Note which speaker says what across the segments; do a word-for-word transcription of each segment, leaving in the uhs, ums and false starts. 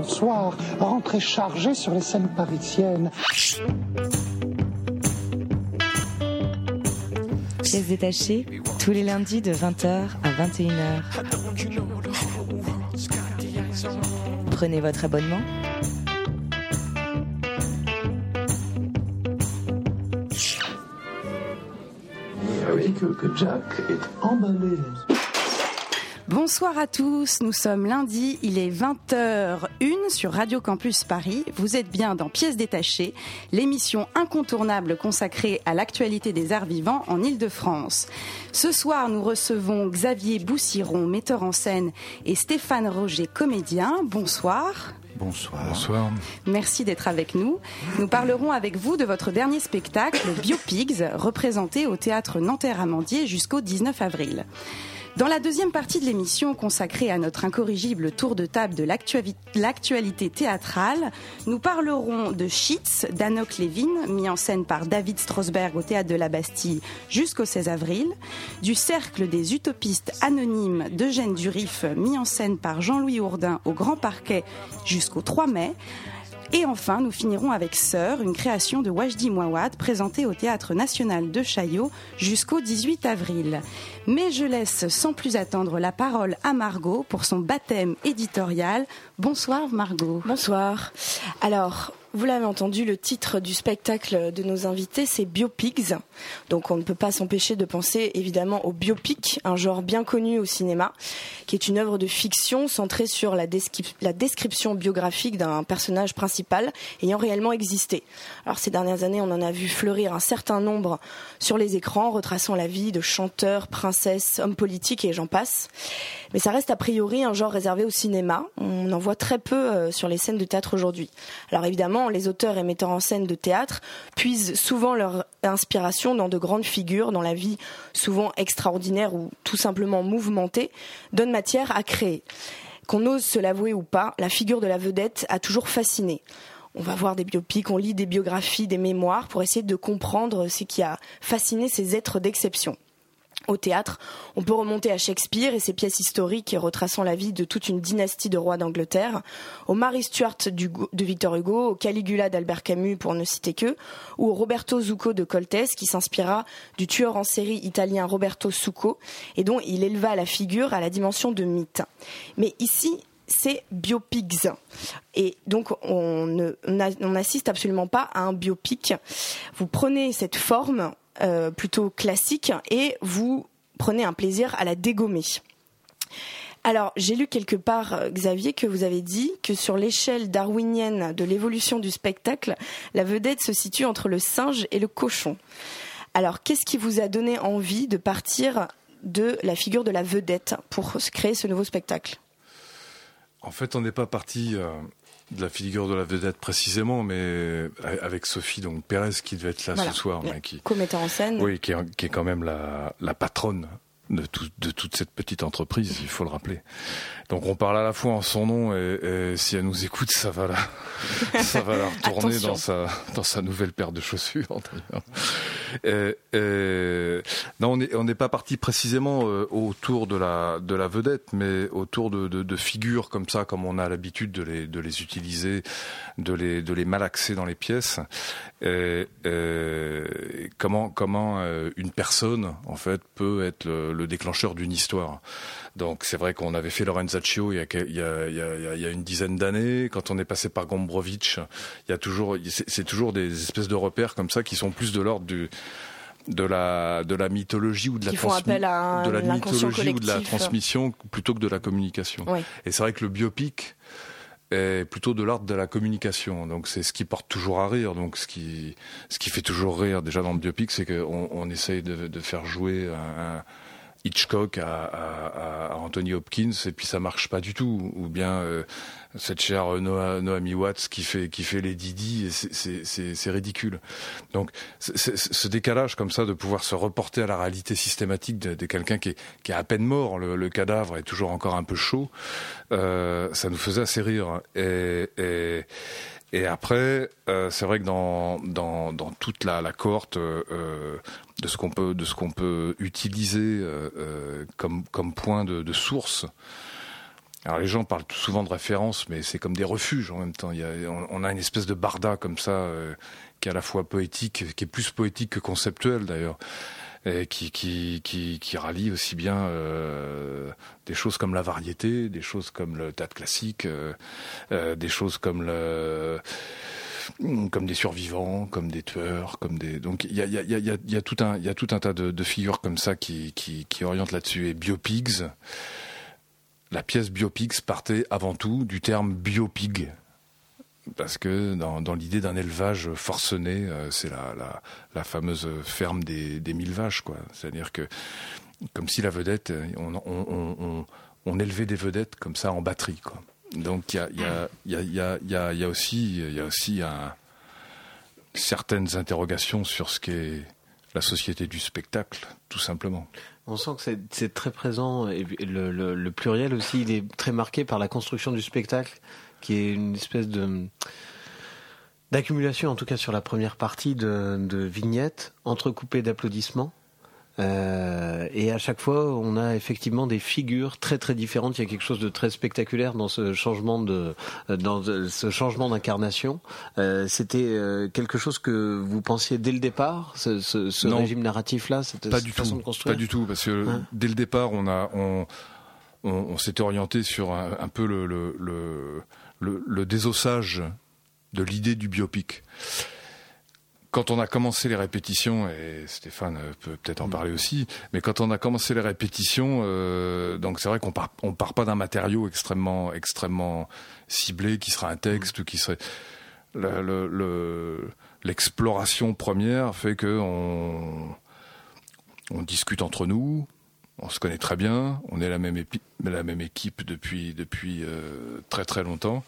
Speaker 1: le soir, rentrer chargé sur les scènes parisiennes.
Speaker 2: Pièces détachées, tous les lundis de vingt heures à vingt et une heures. Prenez votre abonnement.
Speaker 1: Vous voyez que, que Jack est emballé.
Speaker 3: Bonsoir à tous, nous sommes lundi, il est vingt heures une sur Radio Campus Paris. Vous êtes bien dans Pièces détachées, l'émission incontournable consacrée à l'actualité des arts vivants en Île-de-France. Ce soir, nous recevons Xavier Boussiron, metteur en scène, et Stéphane Roger, comédien. Bonsoir.
Speaker 4: Bonsoir. Bonsoir.
Speaker 3: Merci d'être avec nous. Nous parlerons avec vous de votre dernier spectacle, Biopigs, représenté au Théâtre Nanterre-Amandier jusqu'au dix-neuf avril. Dans la deuxième partie de l'émission consacrée à notre incorrigible tour de table de l'actua- l'actualité théâtrale, nous parlerons de Sheets d'Anouk Levin, mis en scène par David Strosberg au Théâtre de la Bastille jusqu'au seize avril, du Cercle des utopistes anonymes d'Eugène Durif, mis en scène par Jean-Louis Hourdin au Grand Parquet jusqu'au trois mai, et enfin, nous finirons avec Sœur, une création de Wajdi Mouawad, présentée au Théâtre National de Chaillot jusqu'au dix-huit avril. Mais je laisse sans plus attendre la parole à Margot pour son baptême éditorial. Bonsoir Margot.
Speaker 5: Bonsoir. Alors, vous l'avez entendu, le titre du spectacle de nos invités, c'est Biopigs. Donc on ne peut pas s'empêcher de penser évidemment au biopic, un genre bien connu au cinéma, qui est une œuvre de fiction centrée sur la, descri- la description biographique d'un personnage principal ayant réellement existé. Alors ces dernières années, on en a vu fleurir un certain nombre sur les écrans, retraçant la vie de chanteurs, princesses, hommes politiques et j'en passe. Mais ça reste a priori un genre réservé au cinéma. On en voit très peu sur les scènes de théâtre aujourd'hui. Alors évidemment, les auteurs et metteurs en scène de théâtre puisent souvent leur inspiration dans de grandes figures, dans la vie souvent extraordinaire ou tout simplement mouvementée, donnent matière à créer. Qu'on ose se l'avouer ou pas, la figure de la vedette a toujours fasciné. On va voir des biopics, on lit des biographies, des mémoires pour essayer de comprendre ce qui a fasciné ces êtres d'exception. Au théâtre, on peut remonter à Shakespeare et ses pièces historiques retraçant la vie de toute une dynastie de rois d'Angleterre, au Mary Stuart du, de Victor Hugo, au Caligula d'Albert Camus pour ne citer que, ou au Roberto Zucco de Coltès qui s'inspira du tueur en série italien Roberto Succo et dont il éleva la figure à la dimension de mythe. Mais ici, c'est Biopigs. Et donc, on, ne, on assiste absolument pas à un biopic. Vous prenez cette forme Euh, plutôt classique et vous prenez un plaisir à la dégommer. Alors, j'ai lu quelque part, Xavier, que vous avez dit que sur l'échelle darwinienne de l'évolution du spectacle, la vedette se situe entre le singe et le cochon. Alors, qu'est-ce qui vous a donné envie de partir de la figure de la vedette pour créer ce nouveau spectacle ?
Speaker 4: En fait, on n'est pas parti euh, de la figure de la vedette précisément, mais avec Sophie donc Pérez qui devait être là voilà, ce soir,
Speaker 5: ouais,
Speaker 4: qui
Speaker 5: co-metteur en scène,
Speaker 4: oui, qui est, qui est quand même la, la patronne de, tout, de toute cette petite entreprise, il faut le rappeler. Donc on parle à la fois en son nom et, et si elle nous écoute, ça va la, ça va la retourner dans sa, dans sa nouvelle paire de chaussures. Et, et, non, on n'est on n'est pas parti précisément euh, autour de la, de la vedette, mais autour de, de, de figures comme ça, comme on a l'habitude de les, de les utiliser, de les, de les malaxer dans les pièces. Et, et comment, comment euh, une personne en fait peut être le, le déclencheur d'une histoire. Donc c'est vrai qu'on avait fait Lorenzaccio il y a, il y a, il y a, il y a une dizaine d'années. Quand on est passé par Gombrowicz, il y a toujours, c'est, c'est toujours des espèces de repères comme ça qui sont plus de l'ordre du de la de la mythologie ou de la transmission, de la mythologie ou de la transmission plutôt que de la communication. Oui. Et c'est vrai que le biopic est plutôt de l'ordre de la communication. Donc c'est ce qui porte toujours à rire. Donc ce qui ce qui fait toujours rire déjà dans le biopic, c'est qu'on on essaye de, de faire jouer un, un Hitchcock à, à, à Anthony Hopkins et puis ça marche pas du tout, ou bien euh, cette chère Noah, Naomi Watts qui fait qui fait les Didi, et c'est, c'est, c'est, c'est ridicule. Donc c'est, c'est, ce décalage comme ça de pouvoir se reporter à la réalité systématique de, de quelqu'un qui est, qui est à peine mort, le, le cadavre est toujours encore un peu chaud, euh, ça nous faisait assez rire. Et, et Et après, euh, c'est vrai que dans dans dans toute la la cohorte euh, de ce qu'on peut de ce qu'on peut utiliser euh, euh, comme comme point de, de source, Alors les gens parlent tout souvent de références, mais c'est comme des refuges en même temps. Il y a, on, on a une espèce de barda comme ça, euh, qui est à la fois poétique, qui est plus poétique que conceptuel d'ailleurs, et qui qui qui, qui rallie aussi bien euh, des choses comme la variété, des choses comme le théâtre classique, euh, euh, des choses comme le comme des survivants, comme des tueurs, comme des donc il y a il y a il y a il y a tout un il y a tout un tas de, de figures comme ça qui qui qui orientent là-dessus. Et Biopigs, la pièce Biopigs partait avant tout du terme biopig, parce que dans, dans l'idée d'un élevage forcené, euh, c'est la, la, la fameuse ferme des, des mille vaches, quoi. C'est-à-dire que, comme si la vedette, on, on, on, on, on élevait des vedettes comme ça en batterie, quoi. Donc il y a, y a, y a, y a, y a, y a aussi, y a aussi un, certaines interrogations sur ce qu'est la société du spectacle, tout simplement.
Speaker 6: On sent que c'est, c'est très présent, et le, le, le pluriel aussi, il est très marqué par la construction du spectacle, qui est une espèce de d'accumulation, en tout cas sur la première partie, de, de vignettes entrecoupées d'applaudissements. Euh, et à chaque fois, on a effectivement des figures très très différentes. Il y a quelque chose de très spectaculaire dans ce changement de, dans ce changement d'incarnation. Euh, c'était euh, quelque chose que vous pensiez dès le départ, ce, ce, ce régime narratif-là, cette,
Speaker 4: pas
Speaker 6: cette
Speaker 4: du
Speaker 6: façon
Speaker 4: tout,
Speaker 6: de construire.
Speaker 4: Pas du tout, parce que hein dès le départ, on a, on, on, on s'était orienté sur un, un peu le, le, le, le, le désossage de l'idée du biopic. Quand on a commencé les répétitions, et Stéphane peut peut-être en parler aussi, mais quand on a commencé les répétitions, euh, donc c'est vrai qu'on part, on part pas d'un matériau extrêmement, extrêmement ciblé, qui sera un texte, ou qui serait le, le, le, l'exploration première fait que on, on discute entre nous, on se connaît très bien, on est la même épi- la même équipe depuis depuis euh, très très longtemps.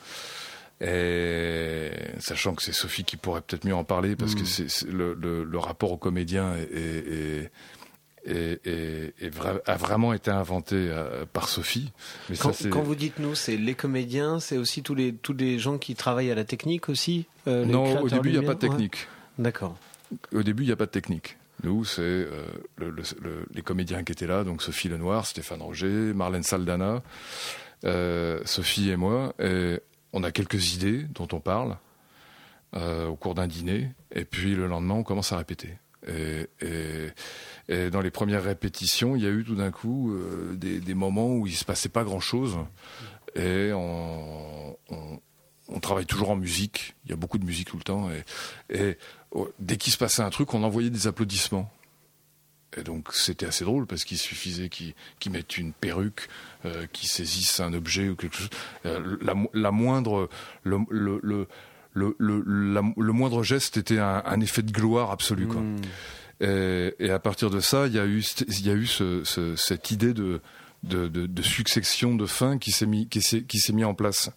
Speaker 4: Et sachant que c'est Sophie qui pourrait peut-être mieux en parler, parce mmh. que c'est, c'est le, le, le rapport au comédien est, est, est, est, est vra- a vraiment été inventé euh, par Sophie.
Speaker 6: Mais quand, ça, c'est... quand vous dites nous, c'est les comédiens, c'est aussi tous les tous les gens qui travaillent à la technique aussi. Euh, les
Speaker 4: non, au début il n'y a pas de technique.
Speaker 6: Ouais. D'accord.
Speaker 4: Au début il n'y a pas de technique. Nous, c'est euh, le, le, le, les comédiens qui étaient là, donc Sophie Lenoir, Stéphane Roger, Marlène Saldana, euh, Sophie et moi. Et on a quelques idées dont on parle euh, au cours d'un dîner, et puis le lendemain, on commence à répéter. Et, et, et dans les premières répétitions, il y a eu tout d'un coup euh, des, des moments où il se passait pas grand-chose, et on, on, on travaille toujours en musique. Il y a beaucoup de musique tout le temps, et, et oh, dès qu'il se passait un truc, on envoyait des applaudissements. Et donc c'était assez drôle, parce qu'il suffisait qu'ils, qu'ils mettent une perruque, euh, qu'ils saisissent un objet ou quelque chose. Euh, la, la moindre, le, le, le, le, le, la, le moindre geste était un, un effet de gloire absolu, quoi. Mmh. Et, et à partir de ça, il y a eu, il y a eu ce, ce, cette idée de, de, de, de succession de fins qui s'est mis, qui s'est, qui s'est mis en place.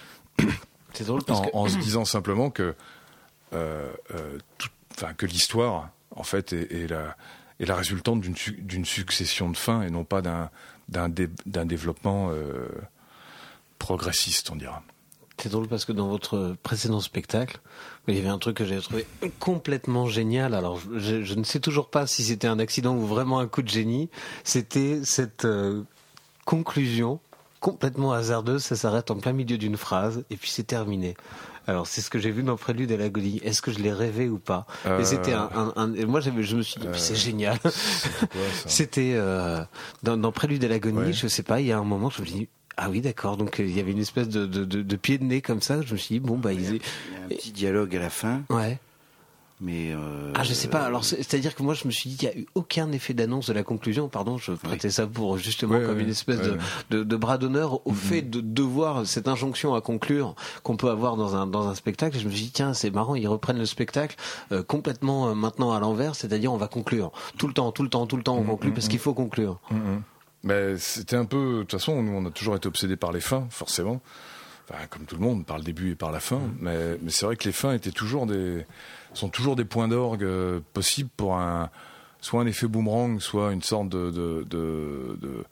Speaker 6: C'est drôle parce
Speaker 4: en,
Speaker 6: que...
Speaker 4: en se disant simplement que, euh, euh, tout, enfin, que l'histoire, en fait, est, est la est la résultante d'une, d'une succession de fins, et non pas d'un, d'un, dé, d'un développement euh, progressiste, on dira.
Speaker 6: C'est drôle parce que dans votre précédent spectacle, il y avait un truc que j'avais trouvé complètement génial. Alors, je, je ne sais toujours pas si c'était un accident ou vraiment un coup de génie. C'était cette euh, conclusion complètement hasardeuse. Ça s'arrête en plein milieu d'une phrase et puis c'est terminé. Alors, c'est ce que j'ai vu dans Prélude à l'agonie. Est-ce que je l'ai rêvé ou pas? euh... Et c'était un, un, un et moi, j'avais, je me suis dit, euh... c'est génial. C'était, quoi, ça c'était euh, dans, dans Prélude à l'agonie. Ouais. Je sais pas. Il y a un moment, je me suis dit, ah oui, d'accord. Donc il y avait une espèce de, de, de, de pied de nez comme ça. Je me suis dit, bon bah
Speaker 7: il y a,
Speaker 6: ils.
Speaker 7: Il y a un petit dialogue à la fin.
Speaker 6: Ouais.
Speaker 7: Mais euh,
Speaker 6: ah je sais pas. Alors c'est, c'est-à-dire que moi je me suis dit qu'il y a eu aucun effet d'annonce de la conclusion. Pardon, je prêtais oui. ça pour justement ouais, comme ouais, une espèce ouais, de, ouais. de, de bras d'honneur au mm-hmm. fait de devoir cette injonction à conclure qu'on peut avoir dans un dans un spectacle. Et je me suis dit tiens c'est marrant, ils reprennent le spectacle euh, complètement euh, maintenant à l'envers, c'est-à-dire on va conclure tout le temps, tout le temps, tout le temps on mm-hmm. conclut parce qu'il faut conclure.
Speaker 4: Mm-hmm. Mais c'était un peu, de toute façon, nous on a toujours été obsédés par les fins, forcément. Enfin, comme tout le monde, par le début et par la fin. Mm. Mais, mais c'est vrai que les fins étaient toujours des, sont toujours des points d'orgue euh, possibles pour un, soit un effet boomerang, soit une sorte de, de, de, de,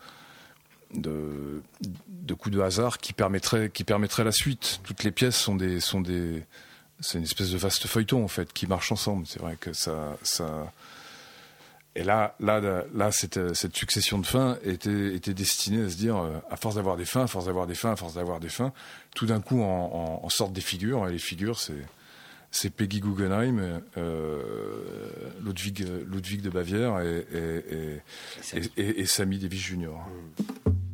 Speaker 4: de, de coup de hasard qui permettrait, qui permettrait la suite. Toutes les pièces sont des, sont des, c'est une espèce de vaste feuilleton en fait qui marche ensemble. C'est vrai que ça, ça. Et là, là, là, cette, cette succession de fins était, était destinée à se dire, à force d'avoir des fins, à force d'avoir des fins, à force d'avoir des fins, tout d'un coup, en, en, en sortent des figures. Et les figures, c'est, c'est Peggy Guggenheim, euh, Ludwig, Ludwig de Bavière et, et, et, et, et, et Sammy Davis junior Mmh.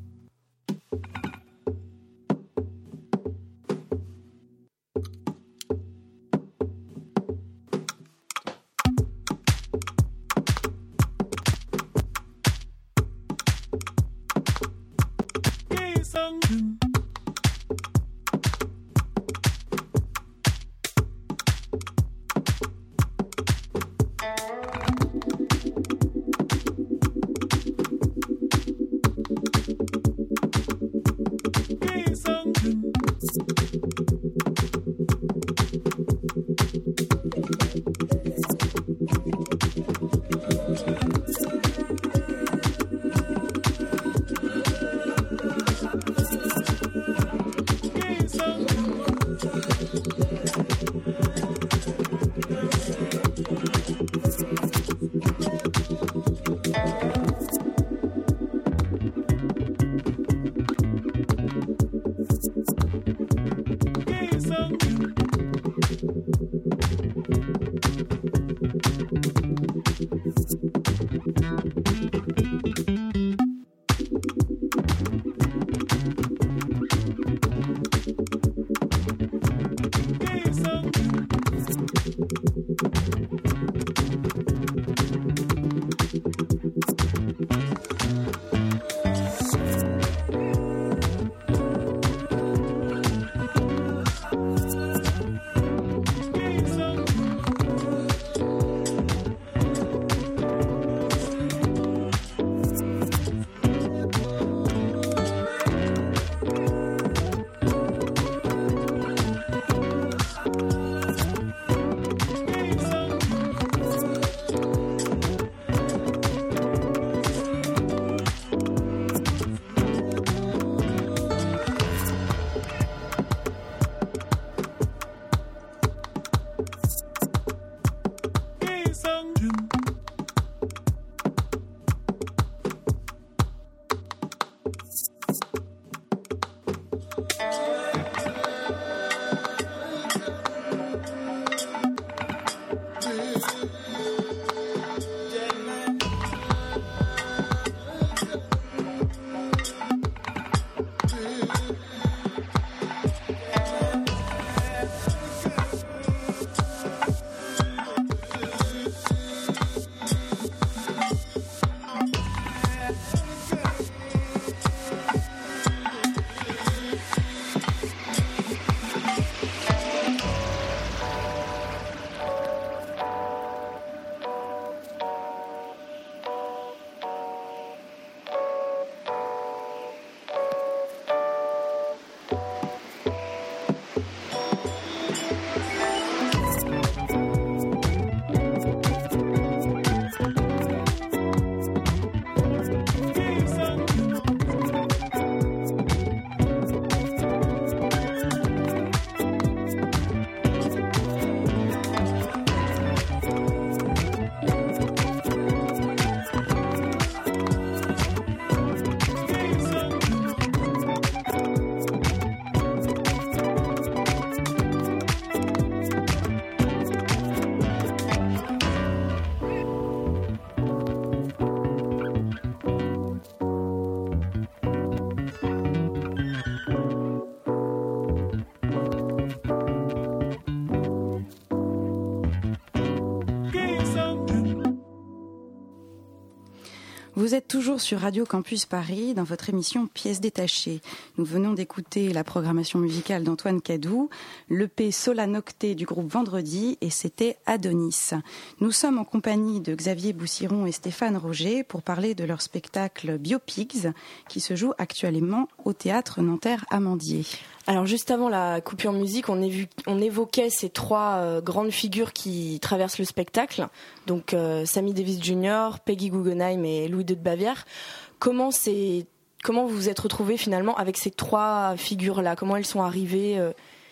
Speaker 3: Vous êtes toujours sur Radio Campus Paris dans votre émission Pièces détachées. Nous venons d'écouter la programmation musicale d'Antoine Cadou, l'E P Solanocté du groupe Vendredi et c'était Adonis. Nous sommes en compagnie de Xavier Boussiron et Stéphane Roger pour parler de leur spectacle Biopigs qui se joue actuellement au théâtre Nanterre-Amandier.
Speaker 5: Alors juste avant la coupure musique, on, vu, on évoquait ces trois euh, grandes figures qui traversent le spectacle, donc euh, Sammy Davis junior, Peggy Guggenheim et Louis deux de Bavière. Comment, c'est, comment vous vous êtes retrouvés finalement avec ces trois figures-là ? Comment elles sont arrivées euh,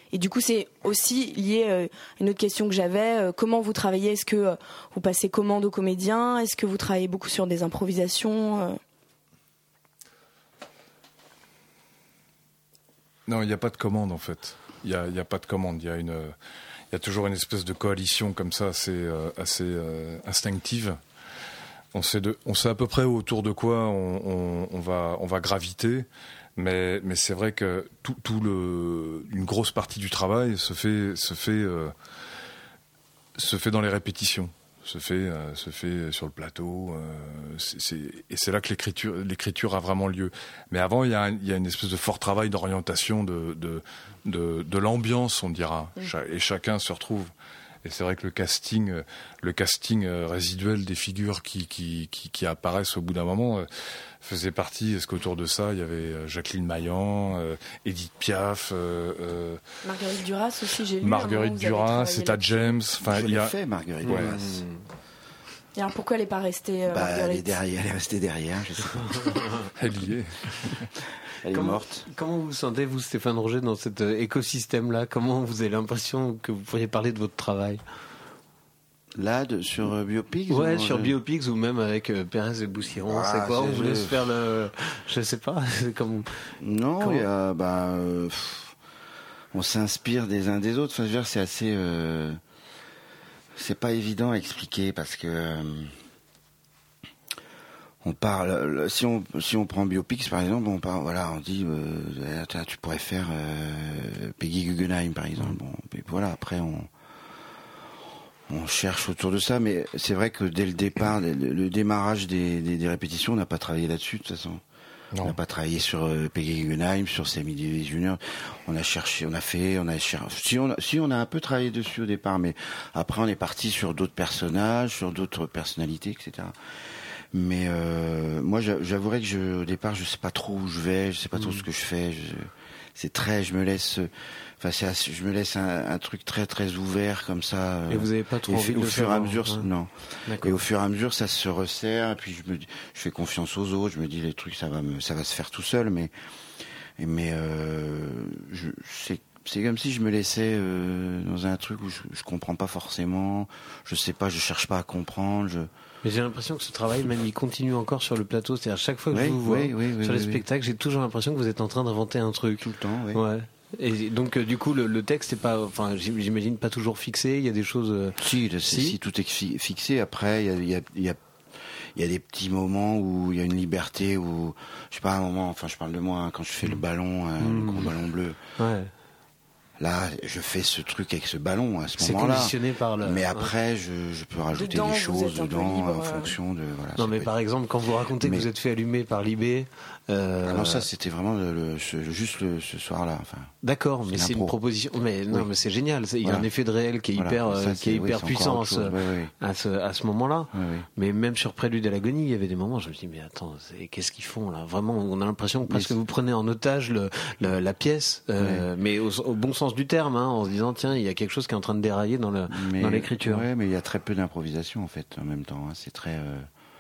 Speaker 5: Et du coup, c'est aussi lié à une autre question que j'avais. Comment vous travaillez ? Est-ce que vous passez commande aux comédiens ? Est-ce que vous travaillez beaucoup sur des improvisations ?
Speaker 4: Non, il n'y a pas de commande en fait. Il n'y a, il y a pas de commande. Il y a une, il y a toujours une espèce de coalition comme ça, assez, euh, assez euh, instinctive. On sait, de, on sait à peu près autour de quoi on, on, on va, on va graviter. Mais, mais c'est vrai que tout, tout le, une grosse partie du travail se fait, se fait, euh, se fait dans les répétitions, se fait, euh, se fait sur le plateau. Euh, c'est, c'est, et c'est là que l'écriture, l'écriture a vraiment lieu. Mais avant, il y a, un, il y a une espèce de fort travail d'orientation de, de, de, de l'ambiance, on dira. Mmh. Et chacun se retrouve. Et c'est vrai que le casting, le casting résiduel des figures qui, qui, qui, qui apparaissent au bout d'un moment euh, faisait partie. Est-ce qu'autour de ça, il y avait Jacqueline Maillan, euh, Edith Piaf, euh, euh,
Speaker 5: Marguerite Duras aussi, j'ai lu.
Speaker 4: Marguerite Duras, Etta James.
Speaker 7: Enfin, il y a fait Marguerite ouais. Duras.
Speaker 5: Et alors pourquoi elle n'est pas restée euh,
Speaker 7: bah,
Speaker 5: Marguerite ?
Speaker 7: Elle est derrière, elle est restée derrière, je sais pas.
Speaker 4: Elle y est.
Speaker 7: Elle est
Speaker 6: comment,
Speaker 7: morte.
Speaker 6: Comment vous vous sentez, vous, Stéphane Roger, dans cet écosystème-là ? Comment vous avez l'impression que vous pourriez parler de votre travail ?
Speaker 7: Là, de, sur euh, Biopics
Speaker 6: Ouais,
Speaker 7: ou,
Speaker 6: sur
Speaker 7: euh...
Speaker 6: Biopics ou même avec euh, Pérez et Boussiron. Ah, c'est quoi c'est On vous laisse je... faire le... Je sais pas, c'est comme...
Speaker 7: Non,
Speaker 6: comment...
Speaker 7: il y a... Bah, euh, pff, on s'inspire des uns des autres. Enfin, je veux dire, c'est assez... Euh, c'est pas évident à expliquer parce que... Euh, on parle, si on si on prend Biopics par exemple, on parle, voilà, on dit, euh, tu pourrais faire euh, Peggy Guggenheim par exemple. Bon, et voilà, après on on cherche autour de ça, mais c'est vrai que dès le départ, le, le démarrage des, des, des répétitions, on n'a pas travaillé là-dessus de toute façon. Non. On n'a pas travaillé sur euh, Peggy Guggenheim, sur Sammy Davis Junior On a cherché, on a fait, on a cherché. Si on a, si on a un peu travaillé dessus au départ, mais après on est parti sur d'autres personnages, sur d'autres personnalités, et cetera. Mais euh, moi, j'avouerais que je, au départ, je sais pas trop où je vais, je sais pas trop mmh. ce que je fais. Je, c'est très, je me laisse, enfin, c'est assez, je me laisse un, un truc très très ouvert comme ça.
Speaker 6: Et vous avez pas trop envie
Speaker 7: de le faire. Au fur et à mesure,
Speaker 6: hein.
Speaker 7: non.
Speaker 6: D'accord.
Speaker 7: Et au fur et à mesure, ça se resserre. Et puis je me, je fais confiance aux autres. Je me dis les trucs, ça va me, ça va se faire tout seul. Mais, mais euh, je, c'est C'est comme si je me laissais euh, dans un truc où je, je comprends pas forcément, je sais pas, je cherche pas à comprendre. Je...
Speaker 6: Mais j'ai l'impression que ce travail, même, il continue encore sur le plateau. C'est-à-dire, chaque fois que
Speaker 7: oui,
Speaker 6: je vous vois
Speaker 7: oui, oui, oui,
Speaker 6: sur
Speaker 7: oui,
Speaker 6: les
Speaker 7: oui.
Speaker 6: spectacles, j'ai toujours l'impression que vous êtes en train d'inventer un truc.
Speaker 7: Tout le temps, oui.
Speaker 6: Ouais. Et donc, euh, du coup, le, le texte est pas, enfin, j'imagine pas toujours fixé. Il y a des choses. Euh...
Speaker 7: Si, si, si, tout est fixé. Après, il y a, il y a, il y a il y a des petits moments où il y a une liberté, où je sais pas, un moment, enfin je parle de moi, hein, quand je fais le ballon, hein, mmh. le gros ballon bleu.
Speaker 6: Ouais.
Speaker 7: Là, je fais ce truc avec ce ballon à ce
Speaker 6: c'est
Speaker 7: moment-là.
Speaker 6: C'est conditionné par le.
Speaker 7: Mais après, ouais. je, je peux rajouter
Speaker 5: dedans,
Speaker 7: des choses dedans
Speaker 5: libre,
Speaker 7: en
Speaker 5: ouais.
Speaker 7: fonction de. Voilà,
Speaker 6: non, mais par être... exemple, quand vous racontez mais... que vous êtes fait allumer par Libé. Euh...
Speaker 7: Ah non, ça c'était vraiment le, le, ce, juste le, ce soir-là. Enfin.
Speaker 6: D'accord, mais c'est une proposition. Mais non, oui. mais c'est génial. Il y a voilà. un effet de réel qui est
Speaker 7: voilà.
Speaker 6: hyper,
Speaker 7: ça,
Speaker 6: qui est hyper
Speaker 7: oui,
Speaker 6: puissant à ce,
Speaker 7: oui, oui.
Speaker 6: à ce, à ce moment-là.
Speaker 7: Oui, oui.
Speaker 6: Mais même sur Prélude à l'agonie, il y avait des moments. Où je me dis, mais attends, c'est, qu'est-ce qu'ils font là ? Vraiment, on a l'impression que presque vous prenez en otage le, le, la pièce, euh, oui. mais au, au bon sens du terme, hein, en se disant, tiens, il y a quelque chose qui est en train de dérailler dans le,
Speaker 7: mais,
Speaker 6: dans l'écriture.
Speaker 7: Ouais, mais il y a très peu d'improvisation en fait, en même temps. Hein. C'est très euh...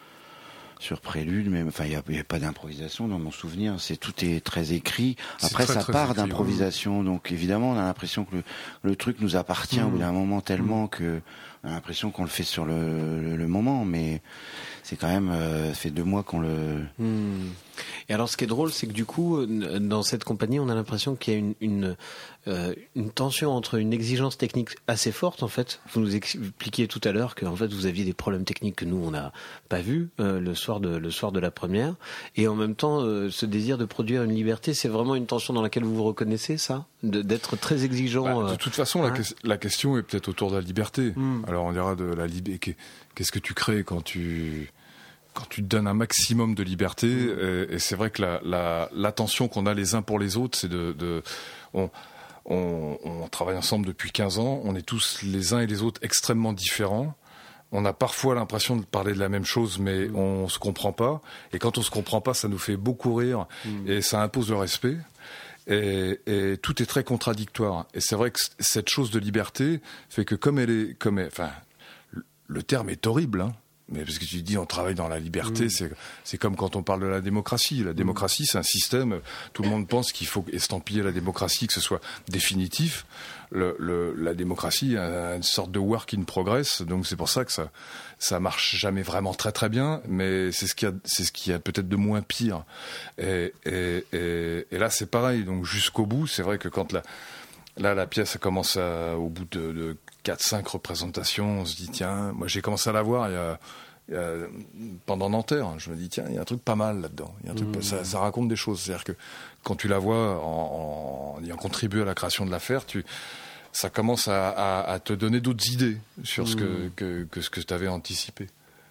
Speaker 7: sur Prélude, mais enfin il y a, y a pas d'improvisation dans mon souvenir. C'est tout est très écrit. Après très, ça très part écrit, d'improvisation, oui. Donc évidemment on a l'impression que le, le truc nous appartient mmh. au bout d'un moment tellement mmh. que on a l'impression qu'on le fait sur le, le, le moment, mais c'est quand même euh, ça fait deux mois qu'on le.
Speaker 6: Mmh. Et alors ce qui est drôle, c'est que du coup dans cette compagnie, on a l'impression qu'il y a une une, euh, une tension entre une exigence technique assez forte en fait. Vous nous expliquiez tout à l'heure que en fait vous aviez des problèmes techniques que nous on n'a pas vus euh, le soir de le soir de la première, et en même temps euh, ce désir de produire une liberté, c'est vraiment une tension dans laquelle vous vous reconnaissez, ça, de, d'être très exigeant.
Speaker 4: Bah, de toute façon, hein. la, que, la question est peut-être autour de la liberté.
Speaker 6: Mm.
Speaker 4: Alors on dira de la liberté. Qu'est-ce que tu crées quand tu quand tu te donnes un maximum de liberté, mmh. et, et c'est vrai que la, la, l'attention qu'on a les uns pour les autres, c'est de, de on, on, on travaille ensemble depuis quinze ans, on est tous les uns et les autres extrêmement différents. On a parfois l'impression de parler de la même chose, mais mmh. on se comprend pas. Et quand on se comprend pas, ça nous fait beaucoup rire, mmh. et ça impose le respect. Et, et tout est très contradictoire. Et c'est vrai que cette chose de liberté fait que comme elle est, comme elle, enfin, le terme est horrible, hein. Mais parce que tu dis on travaille dans la liberté, mmh. c'est c'est comme quand on parle de la démocratie. La démocratie, c'est un système. Tout le monde pense qu'il faut estampiller la démocratie, que ce soit définitif. Le, le, la démocratie a une sorte de work in progress, donc c'est pour ça que ça ça marche jamais vraiment très très bien. Mais c'est ce qu'il y a, c'est ce qu'il y a peut-être de moins pire. Et, et, et, et là, c'est pareil. Donc jusqu'au bout, c'est vrai que quand la là la pièce commence à, au bout de, de quatre cinq représentations, on se dit tiens, moi j'ai commencé à la voir il y a, il y a pendant Nanterre, je me dis tiens, il y a un truc pas mal là-dedans, il y a un truc, mmh. ça, ça raconte des choses, c'est-à-dire que quand tu la vois en, en ayant contribué à la création de l'affaire, tu ça commence à, à, à te donner d'autres idées sur mmh. ce que, que, que ce que tu avais anticipé.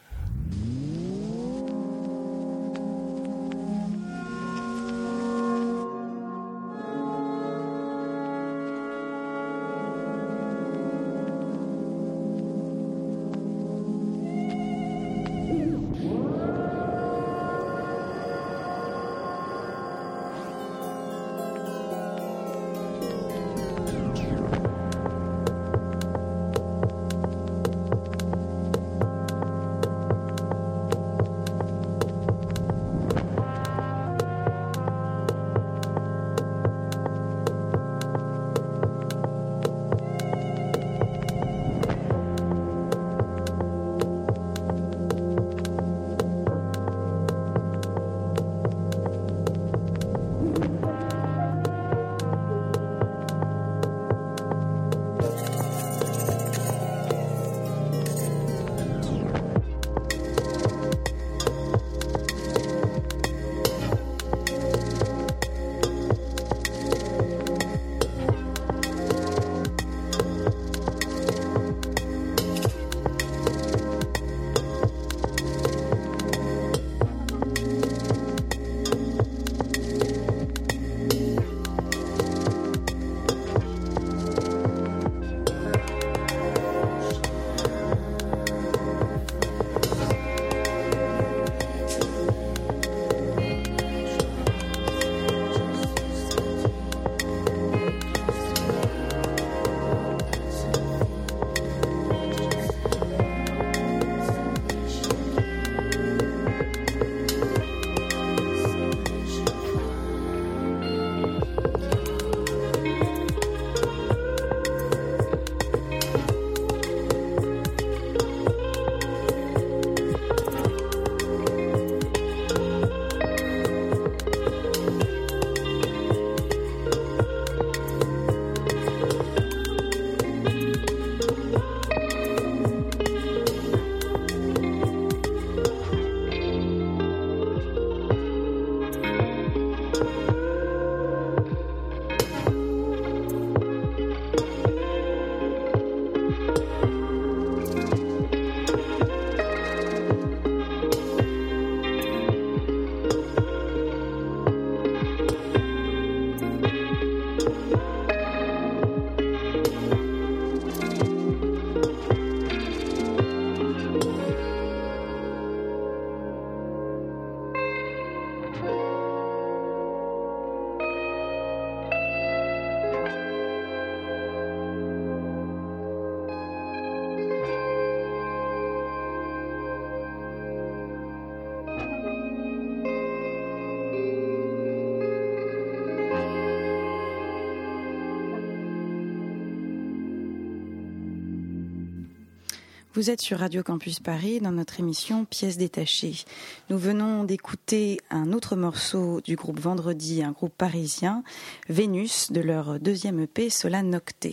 Speaker 3: Vous êtes sur Radio Campus Paris dans notre émission Pièces détachées. Nous venons d'écouter un autre morceau du groupe Vendredi, un groupe parisien, Vénus, de leur deuxième E P Sola Nocte.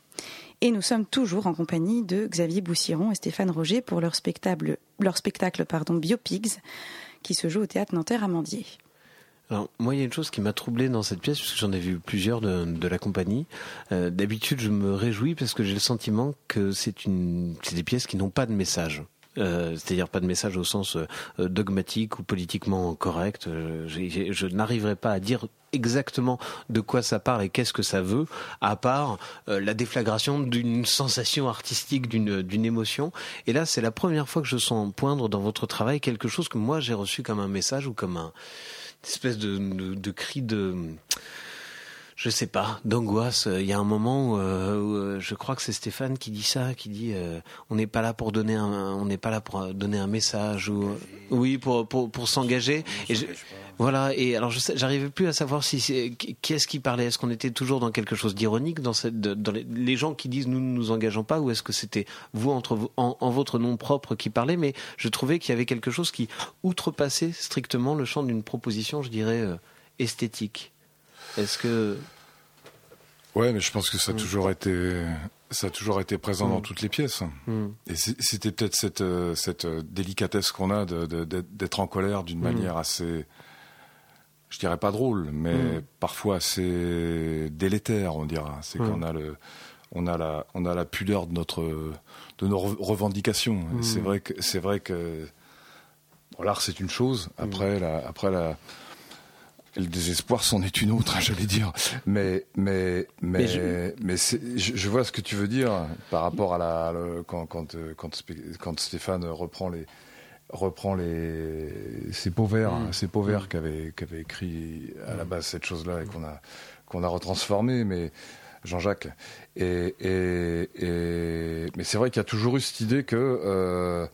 Speaker 3: Et nous sommes toujours en compagnie de Xavier Boussiron et Stéphane Roger pour leur spectacle, leur spectacle pardon, Biopigs, qui se joue au Théâtre Nanterre-Amandier.
Speaker 6: Alors, moi, il y a une chose qui m'a troublé dans cette pièce, parce que j'en ai vu plusieurs de, de la compagnie. Euh, d'habitude, je me réjouis parce que j'ai le sentiment que c'est une, c'est des pièces qui n'ont pas de message. Euh, c'est-à-dire pas de message au sens euh, dogmatique ou politiquement correct. Euh, je, je n'arriverai pas à dire exactement de quoi ça parle et qu'est-ce que ça veut, à part euh, la déflagration d'une sensation artistique, d'une, d'une émotion. Et là, c'est la première fois que je sens poindre dans votre travail quelque chose que moi j'ai reçu comme un message ou comme un une espèce de, de, de cri de je sais pas, d'angoisse. Il y a un moment où, euh, où euh, je crois que c'est Stéphane qui dit ça, qui dit euh, on n'est pas là pour donner un, on n'est pas là pour donner un message ou oui pour pour pour s'engager. Et je, voilà. Et alors je sais, j'arrivais plus à savoir si c'est, qui est-ce qui parlait. Est-ce qu'on était toujours dans quelque chose d'ironique dans cette, dans les, les gens qui disent nous ne nous engageons pas, ou est-ce que c'était vous entre vous, en, en votre nom propre qui parlez? Mais je trouvais qu'il y avait quelque chose qui outrepassait strictement le champ d'une proposition, je dirais euh, esthétique. Est-ce que...
Speaker 4: Ouais, mais je pense que ça a
Speaker 6: mmh.
Speaker 4: toujours été, ça a toujours été présent mmh. dans toutes les pièces.
Speaker 6: Mmh.
Speaker 4: Et c'était peut-être cette, cette délicatesse qu'on a de, de, d'être en colère d'une mmh. manière assez, je dirais pas drôle, mais mmh. parfois assez délétère, on dira. C'est mmh. qu'on a le, on a la, on a la pudeur de notre, de nos revendications. Mmh. C'est vrai que, c'est vrai que, bon, l'art c'est une chose. Après, mmh. la, après la. Et le désespoir, c'en est une autre, hein, j'allais dire. Mais, mais, mais, mais, je... mais c'est, je, je vois ce que tu veux dire par rapport à la, le, quand, quand, quand, quand Stéphane reprend les, reprend les, ces pots verts, mmh. ces pots verts mmh. qu'avait, qu'avait écrit à la base cette chose-là et qu'on a, qu'on a retransformé, mais Jean-Jacques. Et, et, et, mais c'est vrai qu'il y a toujours eu cette idée que, euh,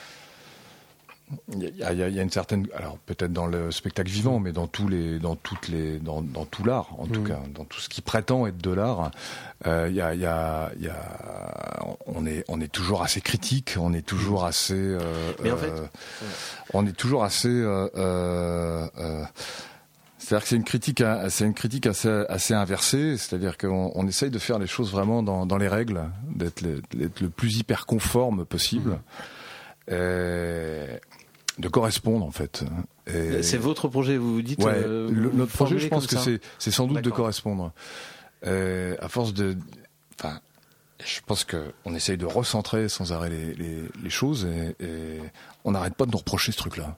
Speaker 4: Il y, a, il y a une certaine, alors peut-être dans le spectacle vivant, mais dans tous les, dans toutes les, dans, dans tout l'art, en mmh. tout cas, dans tout ce qui prétend être de l'art, euh, il y a, il y a, il y a, on est, on est toujours assez critique, on est toujours assez, euh,
Speaker 6: mais en fait,
Speaker 4: euh, on est toujours assez, euh, euh, c'est-à-dire que c'est une critique, c'est une critique assez, assez inversée, c'est-à-dire qu'on on essaye de faire les choses vraiment dans, dans les règles, d'être le, d'être le plus hyper conforme possible. Mmh. Et de correspondre en fait. Et
Speaker 6: c'est votre projet, vous vous dites.
Speaker 4: Ouais,
Speaker 6: euh,
Speaker 4: le,
Speaker 6: vous
Speaker 4: notre projet, je pense que
Speaker 6: ça.
Speaker 4: c'est, c'est sans doute
Speaker 6: D'accord.
Speaker 4: de correspondre. Et à force de, enfin, je pense que on essaye de recentrer sans arrêt les, les, les choses et, et on n'arrête pas de nous reprocher ce truc-là.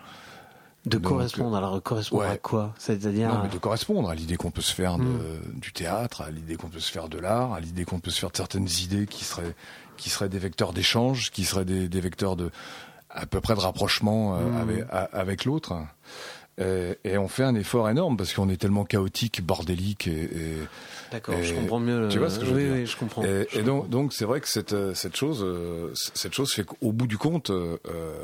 Speaker 6: De
Speaker 4: Donc,
Speaker 6: correspondre, alors correspondre
Speaker 4: ouais.
Speaker 6: à quoi? C'est-à-dire
Speaker 4: non, mais de correspondre à l'idée qu'on peut se faire de,
Speaker 6: mmh.
Speaker 4: du théâtre, à l'idée qu'on peut se faire de l'art, à l'idée qu'on peut se faire de certaines idées qui seraient, qui seraient des vecteurs d'échange, qui seraient des, des vecteurs de, à peu près de rapprochement euh, mmh. avec, à, avec l'autre. Et, et on fait un effort énorme parce qu'on est tellement chaotique, bordélique et. et
Speaker 6: D'accord,
Speaker 4: et,
Speaker 6: je comprends mieux. Le...
Speaker 4: Tu vois ce que je veux
Speaker 6: oui,
Speaker 4: dire?
Speaker 6: Oui, je comprends.
Speaker 4: Et,
Speaker 6: je
Speaker 4: et
Speaker 6: comprends.
Speaker 4: donc, donc c'est vrai que cette, cette chose, cette chose fait qu'au bout du compte. Euh,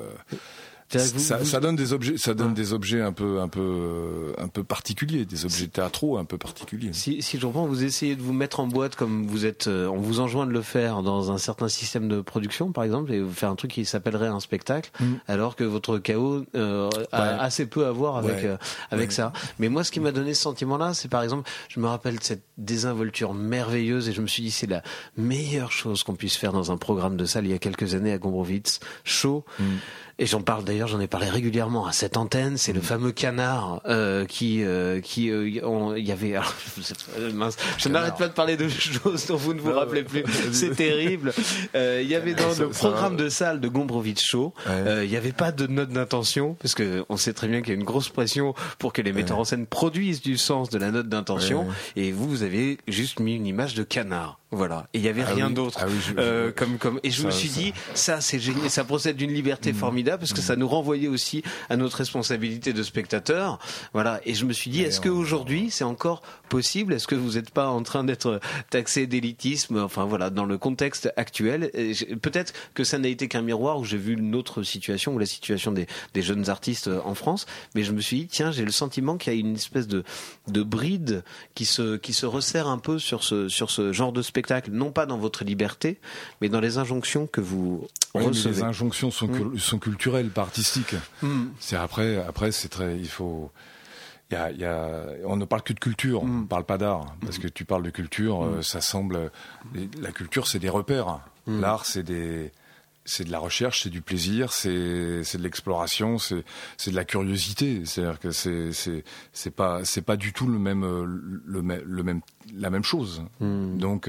Speaker 6: Vous,
Speaker 4: ça,
Speaker 6: vous...
Speaker 4: ça donne des objets, ça donne ah. des objets un peu, un peu, un peu particuliers, des objets théâtraux un peu particuliers.
Speaker 6: Si, si je comprends, vous essayez de vous mettre en boîte comme vous êtes, euh, on vous enjoint de le faire dans un certain système de production, par exemple, et vous faire un truc qui s'appellerait un spectacle, mm. alors que votre chaos euh, a ouais. assez peu à voir avec ouais. euh, avec ouais. ça. Mais moi, ce qui m'a donné ce sentiment-là, c'est par exemple, je me rappelle de cette désinvolture merveilleuse, et je me suis dit, c'est la meilleure chose qu'on puisse faire dans un programme de salle il y a quelques années à Gombrowicz, chaud. Mm. Et j'en parle d'ailleurs, j'en ai parlé régulièrement à cette antenne. C'est mmh. le fameux canard euh, qui, euh, qui, il euh, y avait. Alors, mince, je canard. n'arrête pas de parler de choses dont vous ne vous non, rappelez plus. C'est terrible. Il euh, y avait dans ça, le programme va... de salle de Gombrowicz Show, il ouais. euh, y avait pas de note d'intention parce que on sait très bien qu'il y a une grosse pression pour que les metteurs ouais. en scène produisent du sens de la note d'intention. Ouais. Et vous, vous avez juste mis une image de canard. Voilà. Et il y avait ah rien oui. d'autre. Ah oui, je, euh, je... comme comme. Et je ça, me suis ça... dit, ça c'est génial. Ça procède d'une liberté mmh. formidable parce que mmh. ça nous renvoyait aussi à notre responsabilité de spectateur. Voilà. Et je me suis dit, est-ce qu'aujourd'hui c'est encore possible? Est-ce que vous n'êtes pas en train d'être taxé d'élitisme? Enfin voilà, dans le contexte actuel, peut-être que ça n'a été qu'un miroir où j'ai vu une autre situation ou la situation des, des jeunes artistes en France. Mais je me suis dit, tiens, j'ai le sentiment qu'il y a une espèce de de bride qui se qui se resserre un peu sur ce sur ce genre de spectacle. Non pas dans votre liberté, mais dans les injonctions que vous
Speaker 4: oui,
Speaker 6: recevez.
Speaker 4: Les injonctions sont, mmh. sont culturelles, pas artistiques.
Speaker 6: Mmh.
Speaker 4: C'est après, après c'est très, il faut. Il y a, il y a, on ne parle que de culture, mmh. on ne parle pas d'art, parce que tu parles de culture, mmh. euh, ça semble. La culture, c'est des repères. Mmh. L'art, c'est des. C'est de la recherche, c'est du plaisir, c'est c'est de l'exploration, c'est c'est de la curiosité. C'est-à-dire que c'est c'est c'est pas c'est pas du tout le même le même le même la même chose. Mmh. Donc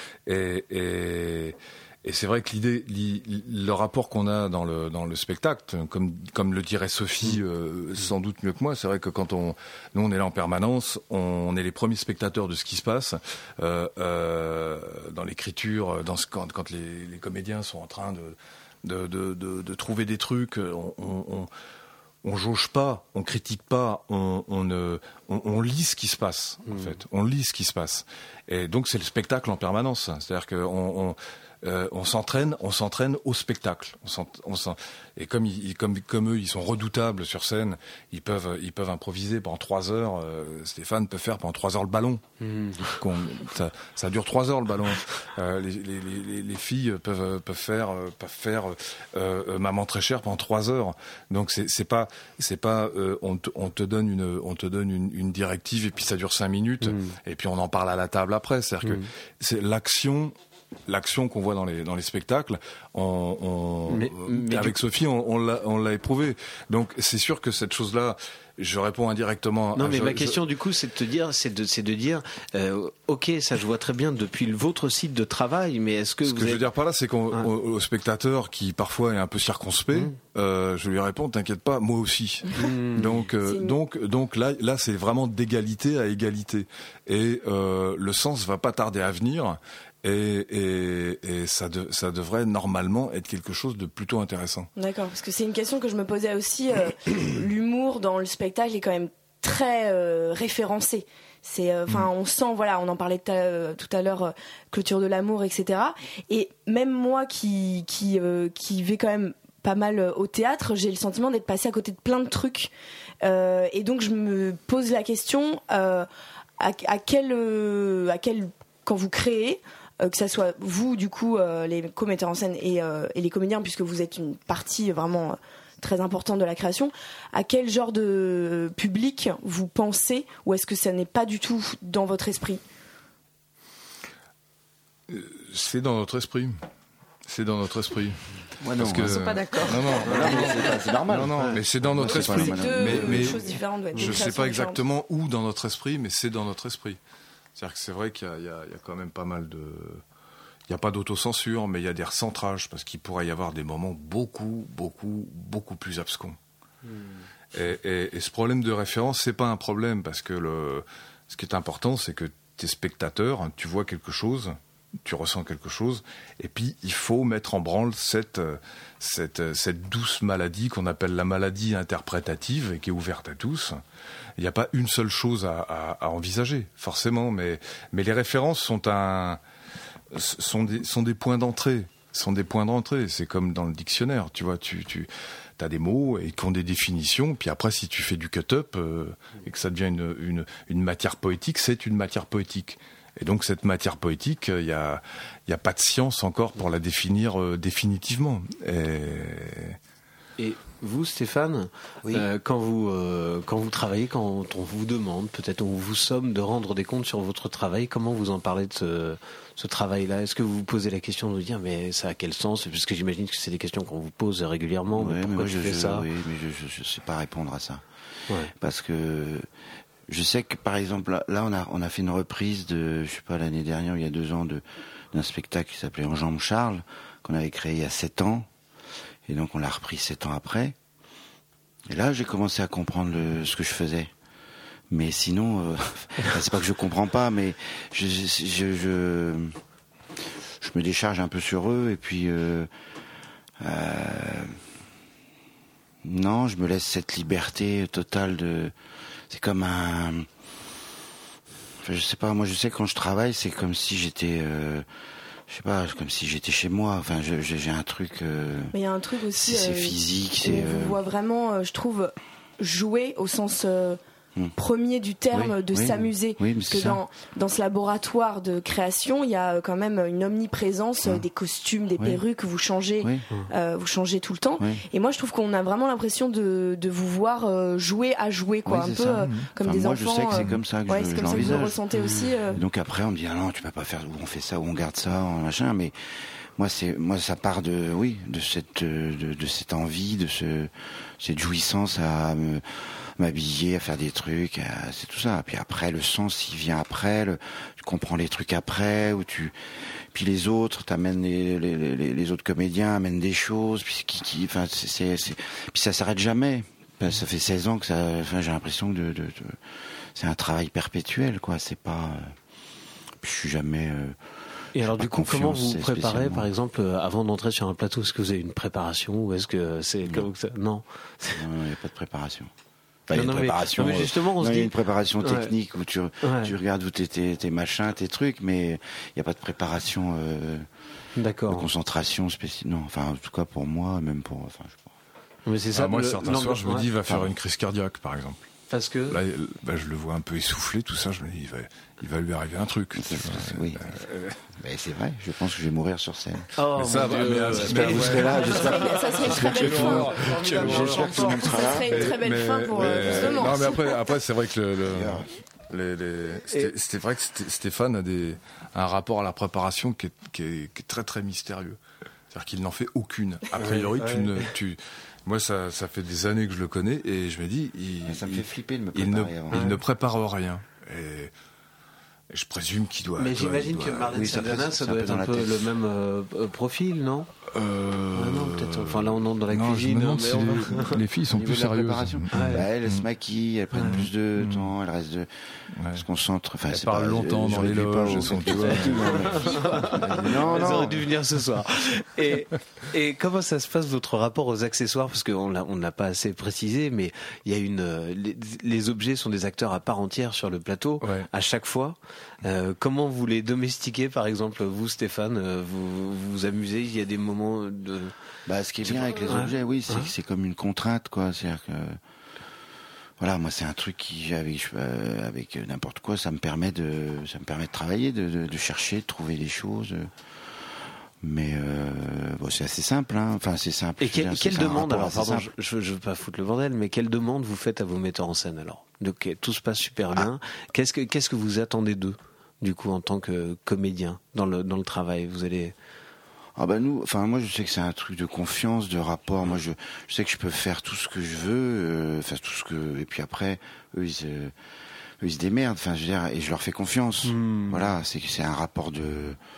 Speaker 4: et et et c'est vrai que l'idée le rapport qu'on a dans le dans le spectacle, comme comme le dirait Sophie euh, sans doute mieux que moi, c'est vrai que quand on nous on est là en permanence, on est les premiers spectateurs de ce qui se passe euh, euh, dans l'écriture, dans ce quand quand les, les comédiens sont en train de de de de, de trouver des trucs, on, on on jauge pas, on critique pas, on, on, euh, on, on lit ce qui se passe, en mmh. fait. On lit ce qui se passe. Et donc, c'est le spectacle en permanence. C'est-à-dire qu'on on, euh, on s'entraîne, on s'entraîne au spectacle. On s'en, on s'en, et comme, ils, comme, comme eux, ils sont redoutables sur scène, ils peuvent, ils peuvent improviser pendant trois heures. Euh, Stéphane peut faire pendant trois heures le ballon. Mmh. Ça, ça dure trois heures le ballon. Euh, les, les, les, les filles peuvent, peuvent faire, peuvent faire euh, Maman très chère pendant trois heures. Donc c'est, c'est pas, c'est pas, euh, on, te, on te donne une, on te donne une, une directive et puis ça dure cinq minutes mmh. et puis on en parle à la table après. C'est-à-dire mmh. que c'est l'action. L'action qu'on voit dans les dans les spectacles, on, on, mais, mais avec du... Sophie, on, on l'a on l'a éprouvé. Donc c'est sûr que cette chose-là, je réponds indirectement.
Speaker 6: Non,
Speaker 4: à,
Speaker 6: mais
Speaker 4: je,
Speaker 6: ma
Speaker 4: je...
Speaker 6: question du coup, c'est de te dire, c'est de c'est de dire, euh, ok, ça je vois très bien depuis le, votre site de travail, mais est-ce que
Speaker 4: ce
Speaker 6: vous
Speaker 4: que
Speaker 6: êtes...
Speaker 4: je veux dire par là, c'est qu'au ah. au spectateur qui parfois est un peu circonspect, mmh. euh, je lui réponds, t'inquiète pas, moi aussi. Mmh. Donc euh, donc donc là là c'est vraiment d'égalité à égalité et euh, le sens va pas tarder à venir. Et, et, et ça, de, ça devrait normalement être quelque chose de plutôt intéressant.
Speaker 5: D'accord, parce que c'est une question que je me posais aussi. Euh, l'humour dans le spectacle est quand même très euh, référencé. C'est, enfin, euh, mm. on sent, voilà, on en parlait tout à, tout à l'heure, euh, clôture de l'amour, et cetera. Et même moi qui qui euh, qui vais quand même pas mal au théâtre, j'ai le sentiment d'être passée à côté de plein de trucs. Euh, et donc je me pose la question euh, à, à quel euh, à quel quand vous créez. Que ça soit vous, du coup, euh, les co-metteurs en scène et, euh, et les comédiens, puisque vous êtes une partie vraiment euh, très importante de la création, à quel genre de public vous pensez, ou est-ce que ça n'est pas du tout dans votre esprit ?
Speaker 4: C'est dans notre esprit. C'est dans notre esprit.
Speaker 7: Moi non,
Speaker 3: parce que... ils sont pas d'accord.
Speaker 4: Non, non,
Speaker 7: non, non c'est, pas, c'est normal.
Speaker 4: Non, non, ouais. mais c'est dans notre
Speaker 5: c'est
Speaker 4: esprit.
Speaker 5: C'est deux
Speaker 4: mais, mais
Speaker 5: choses différentes. Ouais,
Speaker 4: je ne sais pas exactement où dans notre esprit, mais c'est dans notre esprit. C'est-à-dire que c'est vrai qu'il y a, il y a, il y a quand même pas mal de... Il n'y a pas d'autocensure, mais il y a des recentrages, parce qu'il pourrait y avoir des moments beaucoup, beaucoup, beaucoup plus abscons. Mmh. Et, et, et ce problème de référence, c'est pas un problème, parce que le, ce qui est important, c'est que tes spectateurs, tu vois quelque chose, tu ressens quelque chose, et puis il faut mettre en branle cette, cette, cette douce maladie qu'on appelle la maladie interprétative, et qui est ouverte à tous. Il n'y a pas une seule chose à, à, à envisager, forcément, mais, mais les références sont, un, sont, des, sont des points d'entrée. Sont des points d'entrée. C'est comme dans le dictionnaire, tu vois, tu, tu as des mots et qui ont des définitions, puis après, si tu fais du cut-up euh, et que ça devient une, une, une matière poétique, c'est une matière poétique. Et donc, cette matière poétique, il n'y a, y a pas de science encore pour la définir euh, définitivement. Et...
Speaker 6: Et vous, Stéphane, oui. euh, quand vous euh, quand vous travaillez, quand on vous demande, peut-être on vous somme de rendre des comptes sur votre travail, comment vous en parlez de ce, ce travail-là ? Est-ce que vous vous posez la question de vous dire, mais ça a quel sens ? Parce que j'imagine que c'est des questions qu'on vous pose régulièrement.
Speaker 7: Ouais,
Speaker 6: mais pourquoi
Speaker 7: mais
Speaker 6: tu
Speaker 7: je,
Speaker 6: fais
Speaker 7: je,
Speaker 6: ça ?
Speaker 7: Oui, mais je ne sais pas répondre à ça.
Speaker 6: Ouais.
Speaker 7: Parce que je sais que, par exemple, là, là on a on a fait une reprise de, je sais pas, l'année dernière, il y a deux ans, de d'un spectacle qui s'appelait Enjambe Charles, qu'on avait créé il y a sept ans. Et donc on l'a repris sept ans après. Et là, j'ai commencé à comprendre le, ce que je faisais. Mais sinon, euh, c'est pas que je comprends pas, mais je, je, je, je, je me décharge un peu sur eux. Et puis, euh, euh, non, je me laisse cette liberté totale de... C'est comme un... Enfin, je sais pas, moi je sais que quand je travaille, c'est comme si j'étais... Euh, je sais pas, comme si j'étais chez moi. Enfin, je, je, j'ai un truc. Euh,
Speaker 5: Mais il y a un truc aussi.
Speaker 7: C'est,
Speaker 5: euh,
Speaker 7: c'est physique. C'est.
Speaker 5: On vous voit vraiment, euh, je trouve, jouer au sens euh, hum. premier du terme,
Speaker 7: oui,
Speaker 5: de
Speaker 7: oui,
Speaker 5: s'amuser.
Speaker 7: Oui,
Speaker 5: parce que dans dans ce laboratoire de création, il y a quand même une omniprésence hum. des costumes, des oui. perruques. Vous changez, oui. euh, vous changez tout le temps. Oui. Et moi, je trouve qu'on a vraiment l'impression de de vous voir euh, jouer à jouer, quoi, oui, un peu euh, comme
Speaker 7: enfin,
Speaker 5: des
Speaker 7: moi,
Speaker 5: enfants.
Speaker 7: Moi, je sais que c'est comme ça que
Speaker 5: ouais,
Speaker 7: je,
Speaker 5: c'est
Speaker 7: je
Speaker 5: comme ça que vous le ressentez
Speaker 7: mmh.
Speaker 5: aussi. Euh...
Speaker 7: Donc après, on me dit ah non, tu peux pas faire. Ou on fait ça, ou on garde ça, machin. Mais moi, c'est moi, ça part de oui, de cette de, de cette envie, de ce cette jouissance à me m'habiller, à faire des trucs, à, c'est tout ça. Puis après, le sens, il vient après. Le, tu comprends les trucs après, ou tu. Puis les autres, t'amènes les les, les, les autres comédiens amènent des choses. Puis qui, qui enfin, c'est, c'est, c'est puis ça s'arrête jamais. Ben, ça fait seize ans que ça. Enfin, j'ai l'impression de, de, de c'est un travail perpétuel, quoi. C'est pas. Euh, puis je suis jamais. Euh,
Speaker 6: Et alors du coup, comment vous
Speaker 7: c'est
Speaker 6: préparez,
Speaker 7: spécialement.
Speaker 6: par exemple, euh, avant d'entrer sur un plateau? Est-ce que vous avez une préparation ou est-ce que c'est
Speaker 7: Non.
Speaker 6: comme ça? Non.
Speaker 7: Non, il n'y a pas de préparation. Enfin, il y a
Speaker 6: Non,
Speaker 7: une
Speaker 6: non, mais-
Speaker 7: préparation.
Speaker 6: non, mais justement, on
Speaker 7: non,
Speaker 6: se
Speaker 7: il y a
Speaker 6: dit-
Speaker 7: une préparation
Speaker 6: Ouais.
Speaker 7: technique où tu,
Speaker 6: Ouais.
Speaker 7: tu regardes où t'es, tes, tes machins, tes trucs, mais il n'y a pas de préparation euh, de
Speaker 6: D'accord.
Speaker 7: concentration spéciale. Non, enfin, en tout cas pour moi, même pour. Enfin, je sais pas.
Speaker 6: Mais c'est ça.
Speaker 4: Ah, moi,
Speaker 6: le-
Speaker 4: certains
Speaker 6: l'ambiance-
Speaker 4: soirs, je me dis, il va faire
Speaker 7: Pardon.
Speaker 4: une crise cardiaque, par exemple.
Speaker 6: Parce que.
Speaker 4: Là, bah, je le vois un peu essoufflé, tout ça. Je me dis, il va, il va lui arriver un truc.
Speaker 7: C'est- c'est- oui. Mais c'est vrai, je pense que je vais mourir sur scène.
Speaker 6: Oh,
Speaker 4: Mais ça,
Speaker 6: mon
Speaker 4: bah,
Speaker 6: Dieu.
Speaker 4: mais, euh,
Speaker 7: J'espère que vous serez là, j'espère que,
Speaker 5: Ça serait une très
Speaker 7: j'espère que
Speaker 5: belle
Speaker 7: tout le monde-
Speaker 5: fin.
Speaker 7: j'espère que tout le monde sera
Speaker 5: Ça
Speaker 7: là.
Speaker 5: serait une très belle
Speaker 4: Mais-
Speaker 5: fin pour,
Speaker 4: mais-
Speaker 5: euh, pour ce moment.
Speaker 4: Non, mais après, après c'est vrai que le, le-
Speaker 7: D'ailleurs.
Speaker 4: les, les, c'était, c'était vrai que Sté- Stéphane a des, un rapport à la préparation qui est, qui est, qui est très très mystérieux. C'est-à-dire qu'il n'en fait aucune. A priori, tu ne, tu, moi, ça, ça fait des années que je le connais et je me dis, il,
Speaker 7: Ça me
Speaker 4: il-
Speaker 7: fait flipper de me
Speaker 4: il ne,
Speaker 7: préparer avant.
Speaker 4: il ne prépare rien. Et, et je présume qu'il doit.
Speaker 6: Mais
Speaker 4: doit-
Speaker 6: j'imagine
Speaker 4: doit-
Speaker 6: que Marlène
Speaker 7: oui, ça
Speaker 6: Sandana,
Speaker 7: fait-
Speaker 6: ça
Speaker 7: c'est
Speaker 6: doit
Speaker 7: un peu
Speaker 6: être
Speaker 7: dans
Speaker 6: un
Speaker 7: la
Speaker 6: peu
Speaker 7: tête.
Speaker 6: le même euh, euh, profil, non?
Speaker 4: Euh,
Speaker 6: Ah non, peut-être. Enfin, là, on entre dans la
Speaker 4: non,
Speaker 6: cuisine.
Speaker 4: je me demande
Speaker 6: mais
Speaker 4: si
Speaker 6: on-
Speaker 4: les, les filles
Speaker 7: Au
Speaker 4: sont
Speaker 7: niveau
Speaker 4: plus
Speaker 7: de la
Speaker 4: sérieuses.
Speaker 7: préparation.
Speaker 6: Ouais.
Speaker 7: Bah, elles se
Speaker 4: Mm.
Speaker 7: maquillent, elles prennent
Speaker 6: Ouais.
Speaker 7: plus de
Speaker 4: Mm.
Speaker 7: temps, elles restent de,
Speaker 4: Ouais.
Speaker 7: se concentrent. Enfin,
Speaker 4: Elles
Speaker 7: c'est
Speaker 4: parlent
Speaker 7: pas,
Speaker 4: longtemps
Speaker 7: je
Speaker 4: dans
Speaker 7: réduis
Speaker 4: les
Speaker 7: pas
Speaker 4: loges,
Speaker 7: au
Speaker 4: elles sont
Speaker 7: complet
Speaker 4: toujours-
Speaker 7: fatigue, mais- Non,
Speaker 6: Elles auraient
Speaker 7: non.
Speaker 6: dû venir ce soir. Et, et comment ça se passe votre rapport aux accessoires? Parce qu'on l'a, on n'a pas assez précisé, mais il y a une, euh, les, les objets sont des acteurs à part entière sur le plateau,
Speaker 4: Ouais.
Speaker 6: à chaque fois. Euh, comment vous les domestiquez, par exemple, vous, Stéphane, euh, vous, vous vous amusez? Il y a des moments de.
Speaker 7: Bah, ce qui est
Speaker 6: C'est
Speaker 7: bien
Speaker 6: pas-
Speaker 7: avec les
Speaker 6: ouais.
Speaker 7: objets, oui, c'est
Speaker 6: Ouais.
Speaker 7: que c'est comme une contrainte, quoi. C'est-à-dire que, voilà, moi, c'est un truc qui, avec, euh, avec n'importe quoi, ça me permet de, ça me permet de travailler, de, de, de chercher, de trouver des choses. Mais euh, bon, c'est assez simple, hein. Enfin, c'est simple.
Speaker 6: Et
Speaker 7: Je veux
Speaker 6: quelle,
Speaker 7: dire,
Speaker 6: quelle
Speaker 7: c'est un
Speaker 6: demande,
Speaker 7: rapport
Speaker 6: alors
Speaker 7: assez
Speaker 6: pardon,
Speaker 7: simple.
Speaker 6: je, je veux pas foutre le bordel, mais quelle demande vous faites à vos metteurs en scène alors? Donc tout se passe super bien. Qu'est-ce que qu'est-ce que vous attendez d'eux, du coup, en tant que comédien dans le dans le travail? Vous allez.
Speaker 7: Ah bah nous, enfin moi je sais que c'est un truc de confiance, de rapport. Moi je, je sais que je peux faire tout ce que je veux, euh, faire tout ce que, et puis après eux ils se, eux, ils se démerdent. Enfin je veux dire, et je leur fais confiance.
Speaker 6: Hmm.
Speaker 7: Voilà, c'est c'est un rapport de.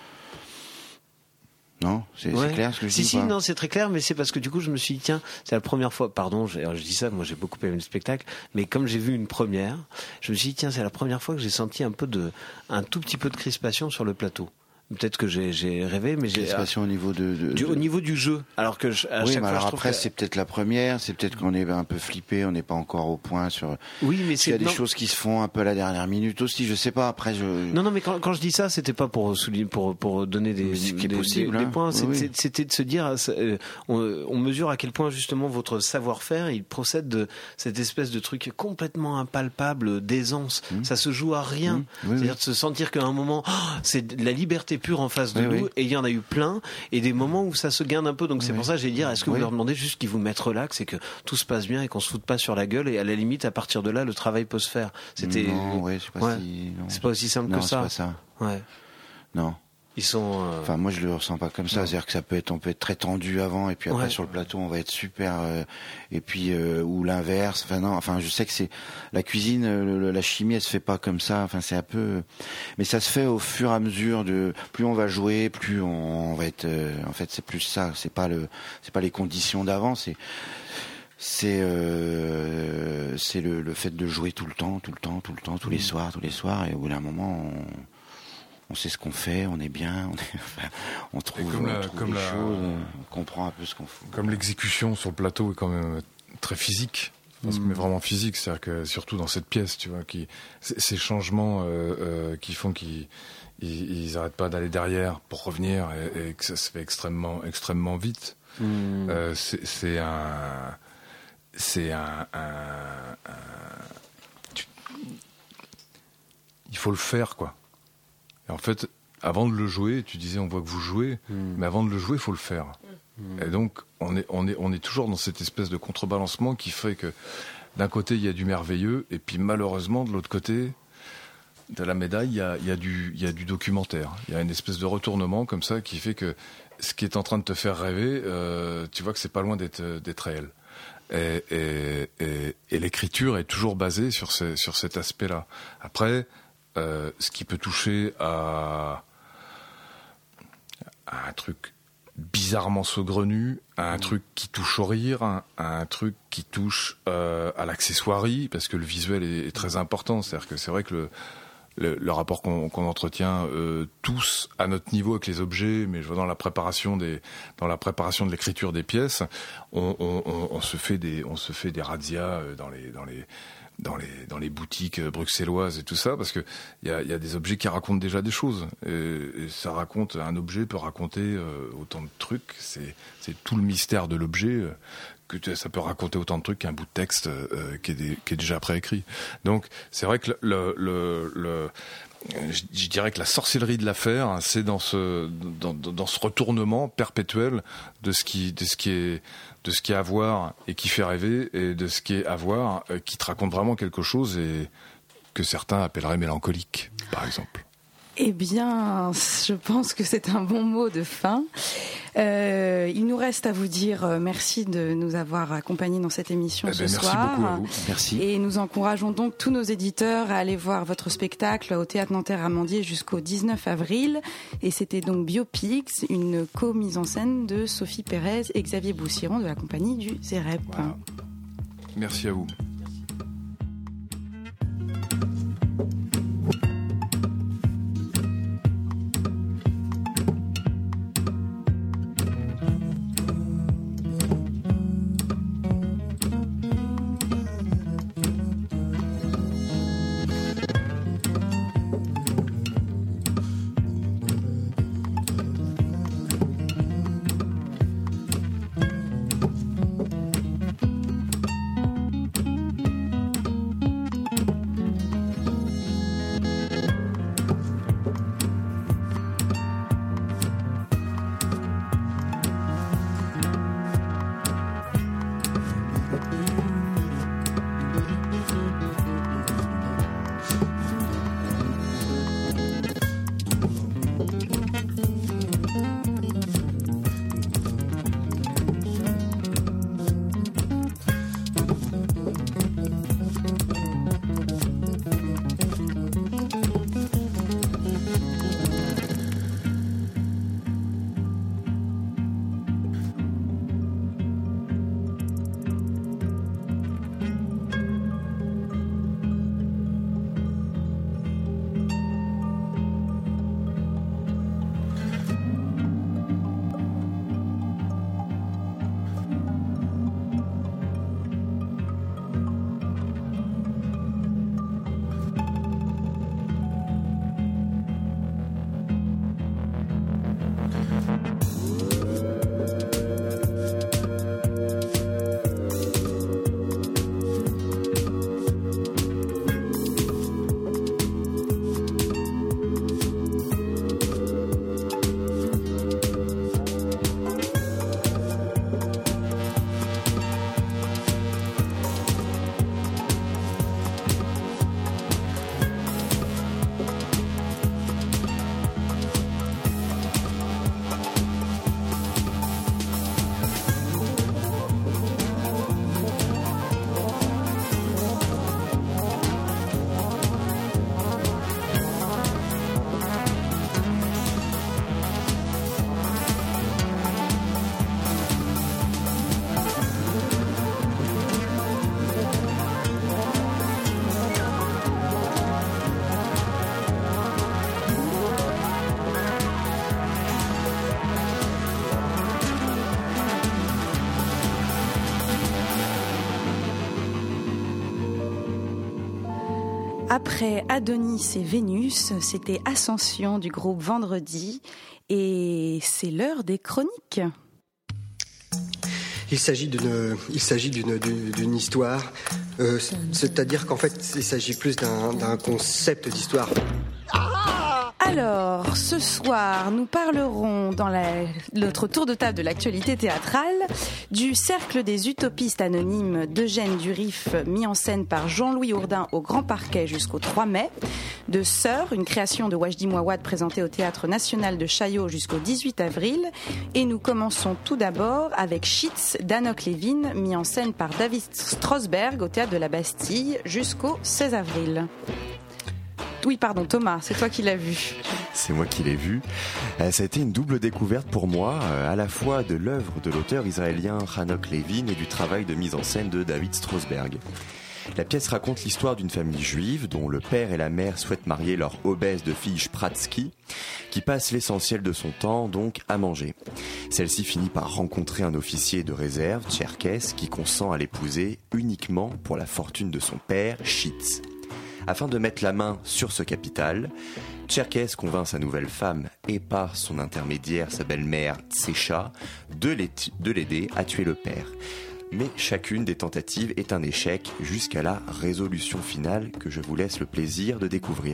Speaker 7: Non, c'est
Speaker 6: Ouais.
Speaker 7: c'est clair ce que je
Speaker 6: Si,
Speaker 7: dis
Speaker 6: si,
Speaker 7: ou pas
Speaker 6: non, c'est très clair, mais c'est parce que du coup, je me suis dit, tiens, c'est la première fois, pardon, je, alors, je dis ça, moi j'ai beaucoup aimé le spectacle, mais comme j'ai vu une première, je me suis dit, tiens, c'est la première fois que j'ai senti un peu de, un tout petit peu de crispation sur le plateau. Peut-être que j'ai, j'ai rêvé, mais j'ai.
Speaker 7: Crispation au niveau de. de-
Speaker 6: Du,
Speaker 7: de-
Speaker 6: au niveau du jeu, alors que je, à
Speaker 7: oui,
Speaker 6: chaque
Speaker 7: mais
Speaker 6: fois,
Speaker 7: alors
Speaker 6: je trouve
Speaker 7: après
Speaker 6: que-
Speaker 7: c'est peut-être la première, c'est peut-être qu'on est un peu flippé, on n'est pas encore au point sur.
Speaker 6: Oui, mais
Speaker 7: Il y
Speaker 6: c'est
Speaker 7: a des
Speaker 6: non,
Speaker 7: choses qui se font un peu à la dernière minute aussi, je sais pas. Après je.
Speaker 6: non, non, mais quand, quand je dis ça, c'était pas pour souligner, pour pour donner des,
Speaker 7: Mais c'est ce qui est
Speaker 6: des,
Speaker 7: possible,
Speaker 6: des- des
Speaker 7: hein.
Speaker 6: points.
Speaker 7: Oui,
Speaker 6: C'était,
Speaker 7: oui.
Speaker 6: c'était de se dire, euh, on, on mesure à quel point justement votre savoir-faire, il procède de cette espèce de truc complètement impalpable d'aisance.
Speaker 7: Mmh.
Speaker 6: Ça se joue à rien.
Speaker 7: Mmh. Oui,
Speaker 6: C'est-à-dire
Speaker 7: oui.
Speaker 6: de se sentir qu'à un moment, oh, c'est de la liberté pure en face de
Speaker 7: Oui,
Speaker 6: nous,
Speaker 7: oui.
Speaker 6: et il y en a eu plein, et des moments où ça se gagne un peu. Donc c'est
Speaker 7: Oui.
Speaker 6: pour ça que j'ai dire, est-ce que vous
Speaker 7: Oui.
Speaker 6: leur demandez juste qu'ils vous mettent relax et que tout se passe bien et qu'on se foute pas sur la gueule, et à la limite, à partir de là, le travail peut se faire. C'était.
Speaker 7: Non, ouais, c'est pas
Speaker 6: Ouais.
Speaker 7: si. non.
Speaker 6: C'est pas aussi simple
Speaker 7: Non,
Speaker 6: que
Speaker 7: c'est
Speaker 6: ça.
Speaker 7: pas ça.
Speaker 6: Ouais.
Speaker 7: Non.
Speaker 6: Ils sont. euh,
Speaker 7: Enfin, moi, je le ressens pas comme ça. C'est-à-dire que ça peut être, on peut être très tendu avant, et puis après
Speaker 6: Ouais.
Speaker 7: sur le plateau, on va être super, euh, et puis euh, ou l'inverse. Enfin non. Enfin, je sais que c'est la cuisine, euh, le- la chimie, elle se fait pas comme ça. Enfin, c'est un peu, mais ça se fait au fur et à mesure de. Plus on va jouer, plus on, on va être. euh, en fait, c'est plus ça. C'est pas le, c'est pas les conditions d'avant. C'est c'est euh, c'est le, le fait de jouer tout le temps, tout le temps, tout le temps, tous les soirs, tous les soirs, et au bout d'un moment, on, on sait ce qu'on fait, on est bien, on, est, enfin, on trouve,
Speaker 4: comme la-
Speaker 7: on trouve
Speaker 4: comme
Speaker 7: les
Speaker 4: la-
Speaker 7: choses, on comprend un peu ce qu'on fait.
Speaker 4: Comme l'exécution sur le plateau est quand même très physique, parce que- mais vraiment physique, c'est-à-dire que surtout dans cette pièce, tu vois, qui, c- ces changements euh, euh, qui font qu'ils ils, ils arrêtent pas d'aller derrière pour revenir et, et que ça se fait extrêmement, extrêmement vite.
Speaker 6: hmm.
Speaker 4: Euh, c'est c'est un, c'est un, un- un- tu- il faut le faire, quoi. Et en fait, avant de le jouer, tu disais on voit que vous jouez,
Speaker 6: Hmm.
Speaker 4: mais avant de le jouer, il faut le faire. Et donc, on est, on, est, on est toujours dans cette espèce de contrebalancement qui fait que d'un côté, il y a du merveilleux, et puis malheureusement, de l'autre côté de la médaille, il y a, il y a du, il y a du documentaire. Il y a une espèce de retournement comme ça qui fait que ce qui est en train de te faire rêver, euh, tu vois que c'est pas loin d'être, d'être réel. Et, et, et, et l'écriture est toujours basée sur, ces, sur cet aspect-là. Après, euh, ce qui peut toucher à, à un truc bizarrement saugrenu, à un truc qui touche au rire, à, à un truc qui touche euh, à l'accessoirie, parce que le visuel est, est très important. C'est-à-dire que c'est vrai que le, le, le rapport qu'on, qu'on entretient euh, tous à notre niveau avec les objets, mais je vois dans la préparation des, dans la préparation de l'écriture des pièces, on, on, on, on se fait des, on se fait des razzias dans les, dans les, dans les, dans les boutiques bruxelloises et tout ça, parce que il y a, y a des objets qui racontent déjà des choses. Et, et ça raconte, un objet peut raconter euh, autant de trucs. C'est, c'est tout le mystère de l'objet. Euh, que ça peut raconter autant de trucs qu'un bout de texte euh, qui, est des, qui est déjà préécrit. Donc c'est vrai que le, le, le, je, je dirais que la sorcellerie de l'affaire, hein, c'est dans ce dans, dans ce retournement perpétuel de ce qui de ce qui est de ce qui est à voir et qui fait rêver, et de ce qui est à voir euh, qui te raconte vraiment quelque chose et que certains appelleraient mélancolique, par exemple.
Speaker 3: Eh bien, je pense que c'est un bon mot de fin. Euh, il nous reste à vous dire merci de nous avoir accompagnés dans cette émission
Speaker 4: eh
Speaker 3: ce
Speaker 4: ben, merci
Speaker 3: soir.
Speaker 4: Merci beaucoup à vous.
Speaker 7: Merci.
Speaker 3: Et nous encourageons donc tous nos éditeurs à aller voir votre spectacle au Théâtre Nanterre-Amandier jusqu'au dix-neuf avril. Et c'était donc Biopigs, une co-mise en scène de Sophie Pérez et Xavier Boussiron de la compagnie du Zérep.
Speaker 4: Voilà. Merci à vous.
Speaker 3: Après Adonis et Vénus, c'était Ascension du groupe Vendredi, et c'est l'heure des chroniques.
Speaker 8: Il s'agit d'une, il s'agit d'une, d'une, d'une histoire, euh, c'est-à-dire qu'en fait, il s'agit plus d'un, d'un concept d'histoire.
Speaker 3: Alors, ce soir, nous parlerons dans la, notre tour de table de l'actualité théâtrale du Cercle des utopistes anonymes d'Eugène Durif, mis en scène par Jean-Louis Hourdin au Grand Parquet jusqu'au trois mai, de Sœur, une création de Wajdi Mouawad présentée au Théâtre National de Chaillot jusqu'au dix-huit avril. Et nous commençons tout d'abord avec Schitz d'Anoch Levin, mis en scène par David Strasberg au Théâtre de la Bastille jusqu'au seize avril. Oui, pardon, Thomas, c'est toi qui l'as vu.
Speaker 9: C'est moi qui l'ai vu. Euh, ça a été une double découverte pour moi, euh, à la fois de l'œuvre de l'auteur israélien Hanoch Levin et du travail de mise en scène de David Strasberg. La pièce raconte l'histoire d'une famille juive dont le père et la mère souhaitent marier leur obèse de fille Spratsky, qui passe l'essentiel de son temps donc à manger. Celle-ci finit par rencontrer un officier de réserve, Tcherkess, qui consent à l'épouser uniquement pour la fortune de son père, Chitz. Afin de mettre la main sur ce capital, Tcherkess convainc sa nouvelle femme et par son intermédiaire sa belle-mère Tsecha de l'aider à tuer le père. Mais chacune des tentatives est un échec jusqu'à la résolution finale que je vous laisse le plaisir de découvrir.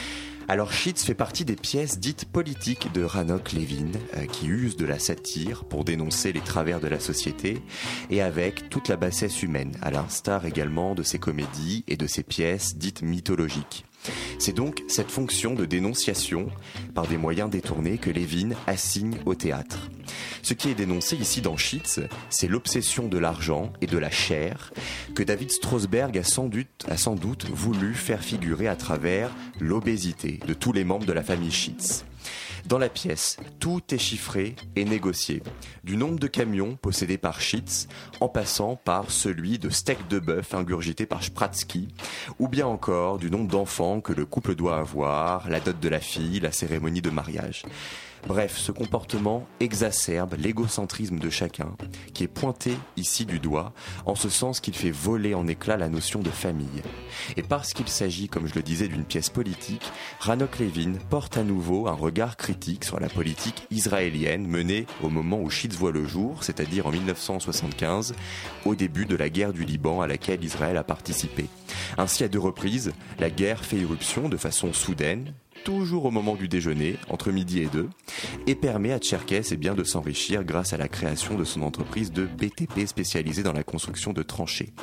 Speaker 9: Alors Chitz fait partie des pièces dites politiques de Ranok Levin, euh, qui usent de la satire pour dénoncer les travers de la société et avec toute la bassesse humaine, à l'instar également de ses comédies et de ses pièces dites mythologiques. C'est donc cette fonction de dénonciation par des moyens détournés que Levin assigne au théâtre. Ce qui est dénoncé ici dans Chitz, c'est l'obsession de l'argent et de la chair que David Straussberg a sans doute, a sans doute voulu faire figurer à travers l'obésité de tous les membres de la famille Chitz. Dans la pièce, tout est chiffré et négocié, du nombre de camions possédés par Chitz, en passant par celui de steak de bœuf ingurgité par Spratsky, ou bien encore du nombre d'enfants que le couple doit avoir, la dot de la fille, la cérémonie de mariage. Bref, ce comportement exacerbe l'égocentrisme de chacun, qui est pointé ici du doigt, en ce sens qu'il fait voler en éclats la notion de famille. Et parce qu'il s'agit, comme je le disais, d'une pièce politique, Ranok Levin porte à nouveau un regard critique sur la politique israélienne menée au moment où Chitz voit le jour, c'est-à-dire en dix-neuf cent soixante-quinze, au début de la guerre du Liban à laquelle Israël a participé. Ainsi, à deux reprises, la guerre fait irruption de façon soudaine, toujours au moment du déjeuner, entre midi et deux, et permet à Tcherkess eh bien, de s'enrichir grâce à la création de son entreprise de B T P spécialisée dans la construction de tranchées.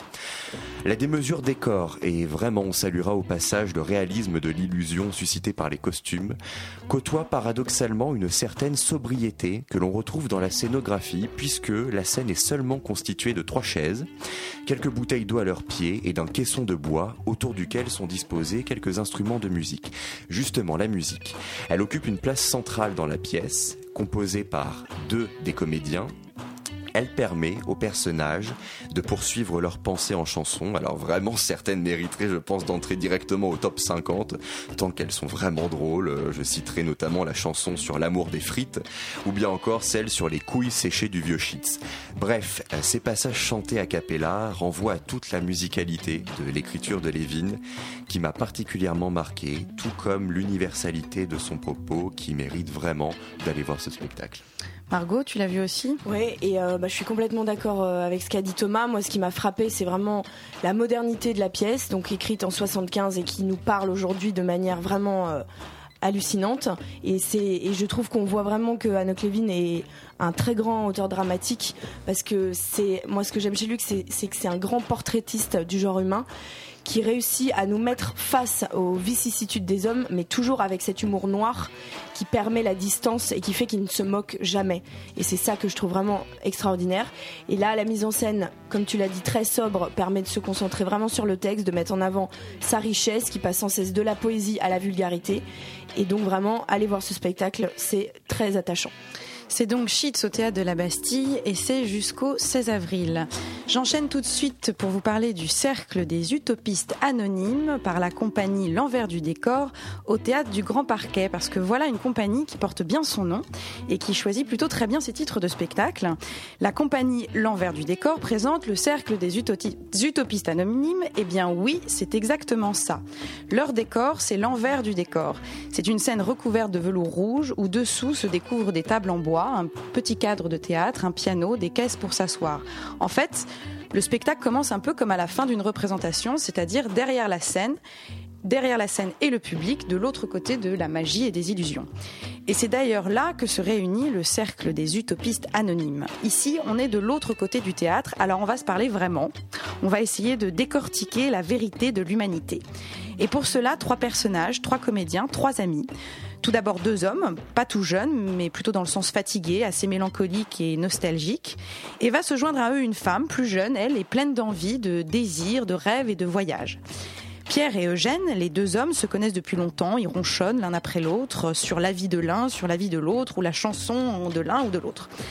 Speaker 9: La démesure décor, et vraiment on saluera au passage le réalisme de l'illusion suscitée par les costumes, côtoie paradoxalement une certaine sobriété que l'on retrouve dans la scénographie, puisque la scène est seulement constituée de trois chaises, quelques bouteilles d'eau à leurs pieds et d'un caisson de bois autour duquel sont disposés quelques instruments de musique. Justement, la musique. Elle occupe une place centrale dans la pièce, composée par deux des comédiens. Elle permet aux personnages de poursuivre leurs pensées en chanson. Alors vraiment, certaines mériteraient, je pense, d'entrer directement au top cinquante, tant qu'elles sont vraiment drôles. Je citerai notamment la chanson sur l'amour des frites, ou bien encore celle sur les couilles séchées du vieux Chitz. Bref, ces passages chantés a cappella renvoient à toute la musicalité de l'écriture de Levin, qui m'a particulièrement marqué, tout comme l'universalité de son propos, qui mérite vraiment d'aller voir ce spectacle.
Speaker 3: Margot, tu l'as vu aussi ?
Speaker 5: Oui, et euh, bah, je suis complètement d'accord euh, avec ce qu'a dit Thomas. Moi, ce qui m'a frappé, c'est vraiment la modernité de la pièce, donc écrite en soixante-quinze et qui nous parle aujourd'hui de manière vraiment euh, hallucinante. Et, c'est, et je trouve qu'on voit vraiment que Ranok Levin est un très grand auteur dramatique, parce que c'est, moi, ce que j'aime chez lui, c'est, c'est que c'est un grand portraitiste du genre humain, qui réussit à nous mettre face aux vicissitudes des hommes, mais toujours avec cet humour noir qui permet la distance et qui fait qu'il ne se moque jamais. Et c'est ça que je trouve vraiment extraordinaire. Et là, la mise en scène, comme tu l'as dit, très sobre, permet de se concentrer vraiment sur le texte, de mettre en avant sa richesse qui passe sans cesse de la poésie à la vulgarité. Et donc vraiment, allez voir ce spectacle, c'est très attachant.
Speaker 3: C'est donc Chitz au Théâtre de la Bastille et c'est jusqu'au seize avril. J'enchaîne tout de suite pour vous parler du Cercle des Utopistes Anonymes par la compagnie L'Envers du Décor au Théâtre du Grand Parquet, parce que voilà une compagnie qui porte bien son nom et qui choisit plutôt très bien ses titres de spectacle. La compagnie L'Envers du Décor présente le Cercle des Utoti- Utopistes Anonymes. Eh bien oui, c'est exactement ça. Leur décor, c'est l'envers du décor. C'est une scène recouverte de velours rouge où dessous se découvrent des tables en bois, un petit cadre de théâtre, un piano, des caisses pour s'asseoir. En fait, le spectacle commence un peu comme à la fin d'une représentation, c'est-à-dire derrière la scène, derrière la scène et le public, de l'autre côté de la magie et des illusions. Et c'est d'ailleurs là que se réunit le Cercle des Utopistes Anonymes. Ici, on est de l'autre côté du théâtre, alors on va se parler vraiment. On va essayer de décortiquer la vérité de l'humanité. Et pour cela, trois personnages, trois comédiens, trois amis. Tout d'abord deux hommes, pas tout jeunes, mais plutôt dans le sens fatigué, assez mélancolique et nostalgique. Et va se joindre à eux une femme, plus jeune, elle, et pleine d'envie, de désirs, de rêves et de voyages. Pierre et Eugène, les deux hommes, se connaissent depuis longtemps, ils ronchonnent l'un après l'autre sur la vie de l'un, sur la vie de l'autre, ou la chanson de l'un ou de l'autre.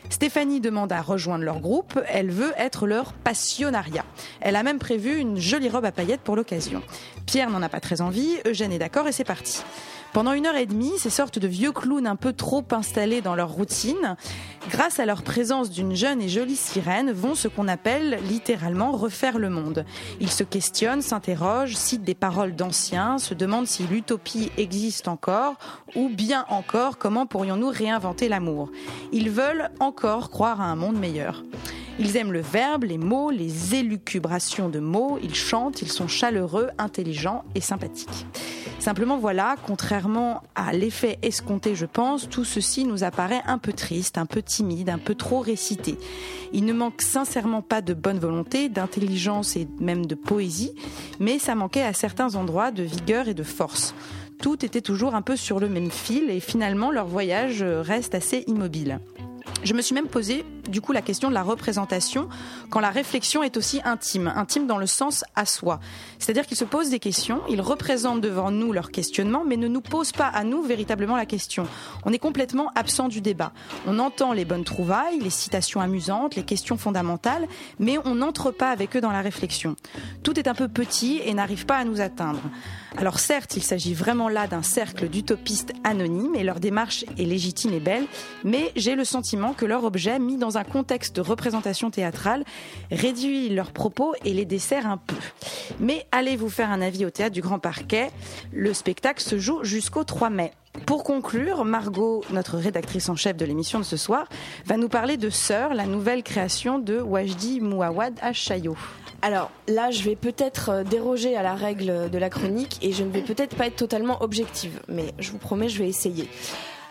Speaker 3: Stéphanie demande à rejoindre leur groupe, elle veut être leur passionnariat. Elle a même prévu une jolie robe à paillettes pour l'occasion. Pierre n'en a pas très envie, Eugène est d'accord et c'est parti. Pendant une heure et demie, ces sortes de vieux clowns un peu trop installés dans leur routine, grâce à leur présence d'une jeune et jolie sirène, vont ce qu'on appelle littéralement refaire le monde. Ils se questionnent, s'interrogent, citent des paroles d'anciens, se demandent si l'utopie existe encore, ou bien encore comment pourrions-nous réinventer l'amour. Ils veulent encore croire à un monde meilleur. Ils aiment le verbe, les mots, les élucubrations de mots, ils chantent, ils sont chaleureux, intelligents et sympathiques. Simplement voilà, contrairement à l'effet escompté je pense, tout ceci nous apparaît un peu triste, un peu timide, un peu trop récité. Il ne manque sincèrement pas de bonne volonté, d'intelligence et même de poésie, mais ça manquait à certains endroits de vigueur et de force. Tout était toujours un peu sur le même fil et finalement leur voyage reste assez immobile. Je me suis même posé du coup la question de la représentation quand la réflexion est aussi intime, intime dans le sens à soi. C'est-à-dire qu'ils se posent des questions, ils représentent devant nous leurs questionnements, mais ne nous posent pas à nous véritablement la question. On est complètement absent du débat. On entend les bonnes trouvailles, les citations amusantes, les questions fondamentales, mais on n'entre pas avec eux dans la réflexion. Tout est un peu petit et n'arrive pas à nous atteindre. Alors certes, il s'agit vraiment là d'un cercle d'utopistes anonymes et leur démarche est légitime et belle, mais j'ai le sentiment que leur objet, mis dans un contexte de représentation théâtrale, réduit leurs propos et les dessert un peu. Mais allez vous faire un avis au Théâtre du Grand Parquet, le spectacle se joue jusqu'au trois mai. Pour conclure, Margot, notre rédactrice en chef de l'émission de ce soir, va nous parler de Sœur, la nouvelle création de Wajdi Mouawad à Chaillot.
Speaker 5: Alors là, je vais peut-être déroger à la règle de la chronique et je ne vais peut-être pas être totalement objective, mais je vous promets, je vais essayer. Pourquoi ?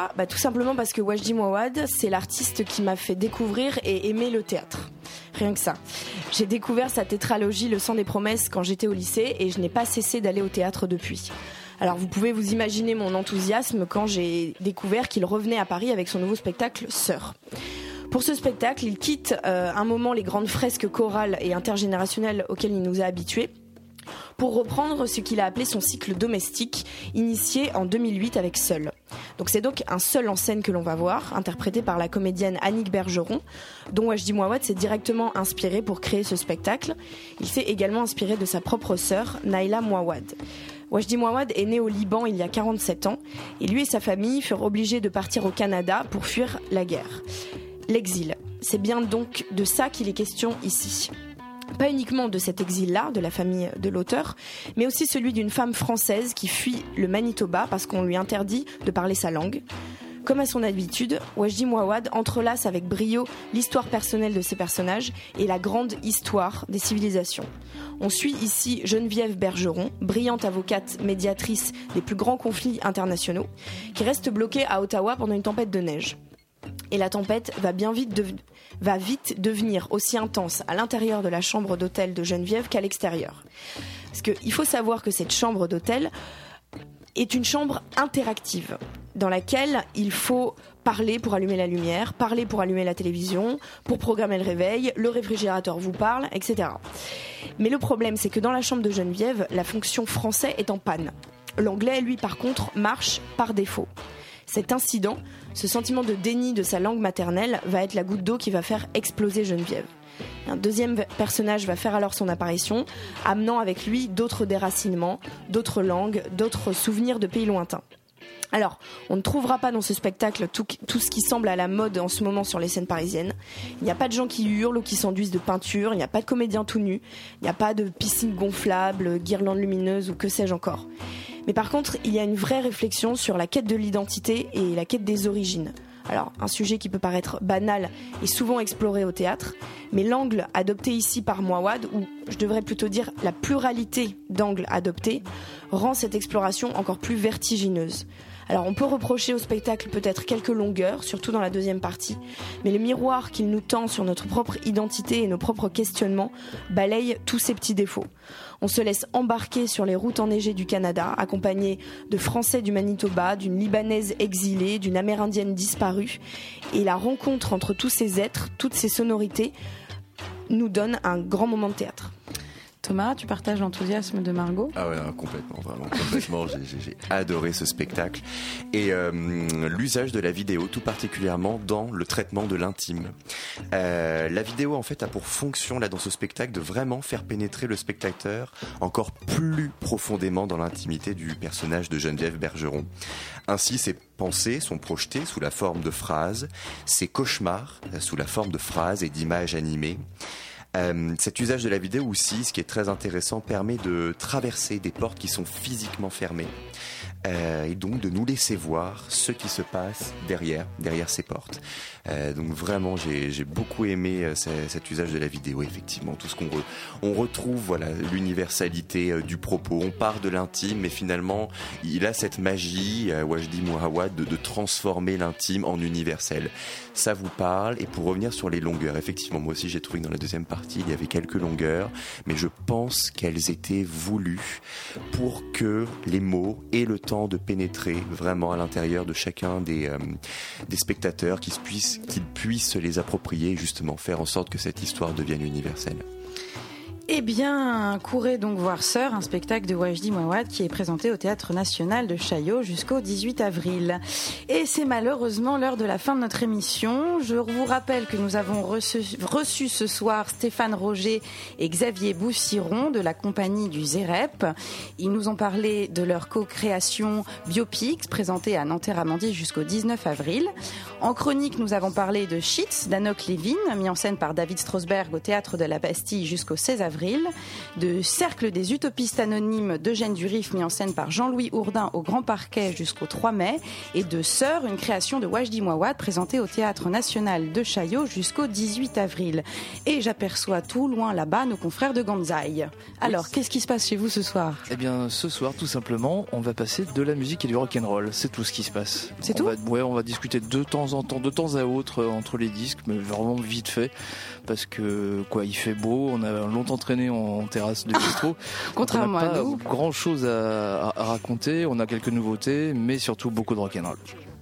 Speaker 5: Bah, tout simplement parce que Wajdi Mouawad, c'est l'artiste qui m'a fait découvrir et aimer le théâtre. Rien que ça. J'ai découvert sa tétralogie Le sang des promesses quand j'étais au lycée et je n'ai pas cessé d'aller au théâtre depuis. Alors vous pouvez vous imaginer mon enthousiasme quand j'ai découvert qu'il revenait à Paris avec son nouveau spectacle Sœur. Pour ce spectacle, il quitte euh, un moment les grandes fresques chorales et intergénérationnelles auxquelles il nous a habitués pour reprendre ce qu'il a appelé son cycle domestique, initié en deux mille huit avec Seul. Donc c'est donc un Seul en scène que l'on va voir, interprété par la comédienne Annick Bergeron, dont Wajdi Mouawad s'est directement inspiré pour créer ce spectacle. Il s'est également inspiré de sa propre sœur, Naïla Mouawad. Wajdi Mouawad est né au Liban il y a quarante-sept ans, et lui et sa famille furent obligés de partir au Canada pour fuir la guerre. L'exil. C'est bien donc de ça qu'il est question ici. Pas uniquement de cet exil-là, de la famille de l'auteur, mais aussi celui d'une femme française qui fuit le Manitoba parce qu'on lui interdit de parler sa langue. Comme à son habitude, Wajdi Mouawad entrelace avec brio l'histoire personnelle de ses personnages et la grande histoire des civilisations. On suit ici Geneviève Bergeron, brillante avocate médiatrice des plus grands conflits internationaux, qui reste bloquée à Ottawa pendant une tempête de neige. Et la tempête va bien vite, de... va vite devenir aussi intense à l'intérieur de la chambre d'hôtel de Geneviève qu'à l'extérieur. Parce qu'il faut savoir que cette chambre d'hôtel est une chambre interactive dans laquelle il faut parler pour allumer la lumière, parler pour allumer la télévision, pour programmer le réveil, le réfrigérateur vous parle, et cetera. Mais le problème, c'est que dans la chambre de Geneviève, la fonction français est en panne. L'anglais, lui, par contre, marche par défaut. Cet incident, ce sentiment de déni de sa langue maternelle, va être la goutte d'eau qui va faire exploser Geneviève. Un deuxième personnage va faire alors son apparition, amenant avec lui d'autres déracinements, d'autres langues, d'autres souvenirs de pays lointains. Alors, on ne trouvera pas dans ce spectacle tout, tout ce qui semble à la mode en ce moment sur les scènes parisiennes. Il n'y a pas de gens qui hurlent ou qui s'enduisent de peinture, il n'y a pas de comédiens tout nus, il n'y a pas de piscines gonflables, guirlandes lumineuses ou que sais-je encore. Mais par contre, il y a une vraie réflexion sur la quête de l'identité et la quête des origines. Alors, un sujet qui peut paraître banal et souvent exploré au théâtre, mais l'angle adopté ici par Mouawad, ou je devrais plutôt dire la pluralité d'angles adoptés, rend cette exploration encore plus vertigineuse. Alors on peut reprocher au spectacle peut-être quelques longueurs, surtout dans la deuxième partie, mais le miroir qu'il nous tend sur notre propre identité et nos propres questionnements balaye tous ces petits défauts. On se laisse embarquer sur les routes enneigées du Canada, accompagné de Français du Manitoba, d'une Libanaise exilée, d'une Amérindienne disparue, et la rencontre entre tous ces êtres, toutes ces sonorités, nous donne un grand moment de théâtre.
Speaker 3: Thomas, tu partages l'enthousiasme de Margot ?
Speaker 9: Ah ouais, complètement, vraiment, complètement. j'ai, j'ai, j'ai adoré ce spectacle. Et euh, l'usage de la vidéo, tout particulièrement dans le traitement de l'intime. Euh, la vidéo, en fait, a pour fonction, là, dans ce spectacle, de vraiment faire pénétrer le spectateur encore plus profondément dans l'intimité du personnage de Geneviève Bergeron. Ainsi, ses pensées sont projetées sous la forme de phrases, ses cauchemars sous la forme de phrases et d'images animées. Euh, cet usage de la vidéo aussi, ce qui est très intéressant, permet de traverser des portes qui sont physiquement fermées euh, et donc de nous laisser voir ce qui se passe derrière, derrière ces portes. Euh, donc vraiment, j'ai, j'ai beaucoup aimé euh, cet usage de la vidéo, effectivement. Tout ce qu'on re, on retrouve, voilà, l'universalité euh, du propos. On part de l'intime, mais finalement, il a cette magie, euh, Wajdi Mouawad, de, de transformer l'intime en universel. Ça vous parle. Et pour revenir sur les longueurs, effectivement, moi aussi, j'ai trouvé que dans la deuxième partie, il y avait quelques longueurs, mais je pense qu'elles étaient voulues pour que les mots aient le temps de pénétrer vraiment à l'intérieur de chacun des, euh, des spectateurs, qui puissent qu'ils puissent se les approprier et justement faire en sorte que cette histoire devienne universelle.
Speaker 3: Eh bien, courez donc voir Sœur, un spectacle de Wajdi Mouawad qui est présenté au Théâtre National de Chaillot jusqu'au dix-huit avril. Et c'est malheureusement l'heure de la fin de notre émission. Je vous rappelle que nous avons reçu, reçu ce soir Stéphane Roger et Xavier Boussiron de la compagnie du Zérep. Ils nous ont parlé de leur co-création Biopix, présentée à Nanterre-Amandier jusqu'au dix-neuf avril. En chronique, nous avons parlé de Shits d'Anouk Lévin, mis en scène par David Strasberg au Théâtre de la Bastille jusqu'au seize avril. De Cercle des utopistes anonymes d'Eugène Durif, mis en scène par Jean-Louis Hourdin au Grand Parquet jusqu'au trois mai, et de Sœur, une création de Wajdi Mouawad présentée au Théâtre National de Chaillot jusqu'au dix-huit avril. Et j'aperçois tout loin là-bas nos confrères de Ganzaï. Alors, oui. Qu'est-ce qui se passe chez vous ce soir ?
Speaker 10: Eh bien, ce soir, tout simplement, on va passer de la musique et du rock'n'roll. C'est tout ce qui se passe.
Speaker 3: C'est
Speaker 10: on
Speaker 3: tout
Speaker 10: va, Ouais, on va discuter de temps en temps, de temps à autre, euh, entre les disques, mais vraiment vite fait, parce que quoi, il fait beau, on a longtemps traîné en terrasse de bistrot.
Speaker 3: Contrairement à nous.
Speaker 10: On n'a pas grand chose à, à raconter, on a quelques nouveautés, mais surtout beaucoup de rock'n'roll.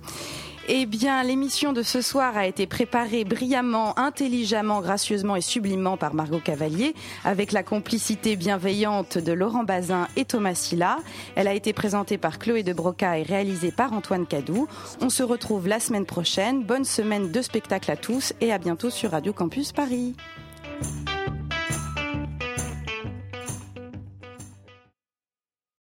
Speaker 3: Eh bien, l'émission de ce soir a été préparée brillamment, intelligemment, gracieusement et sublimement par Margot Cavalier, avec la complicité bienveillante de Laurent Bazin et Thomas Silla. Elle a été présentée par Chloé de Broca et réalisée par Antoine Cadou. On se retrouve la semaine prochaine. Bonne semaine de spectacle à tous et à bientôt sur Radio Campus Paris.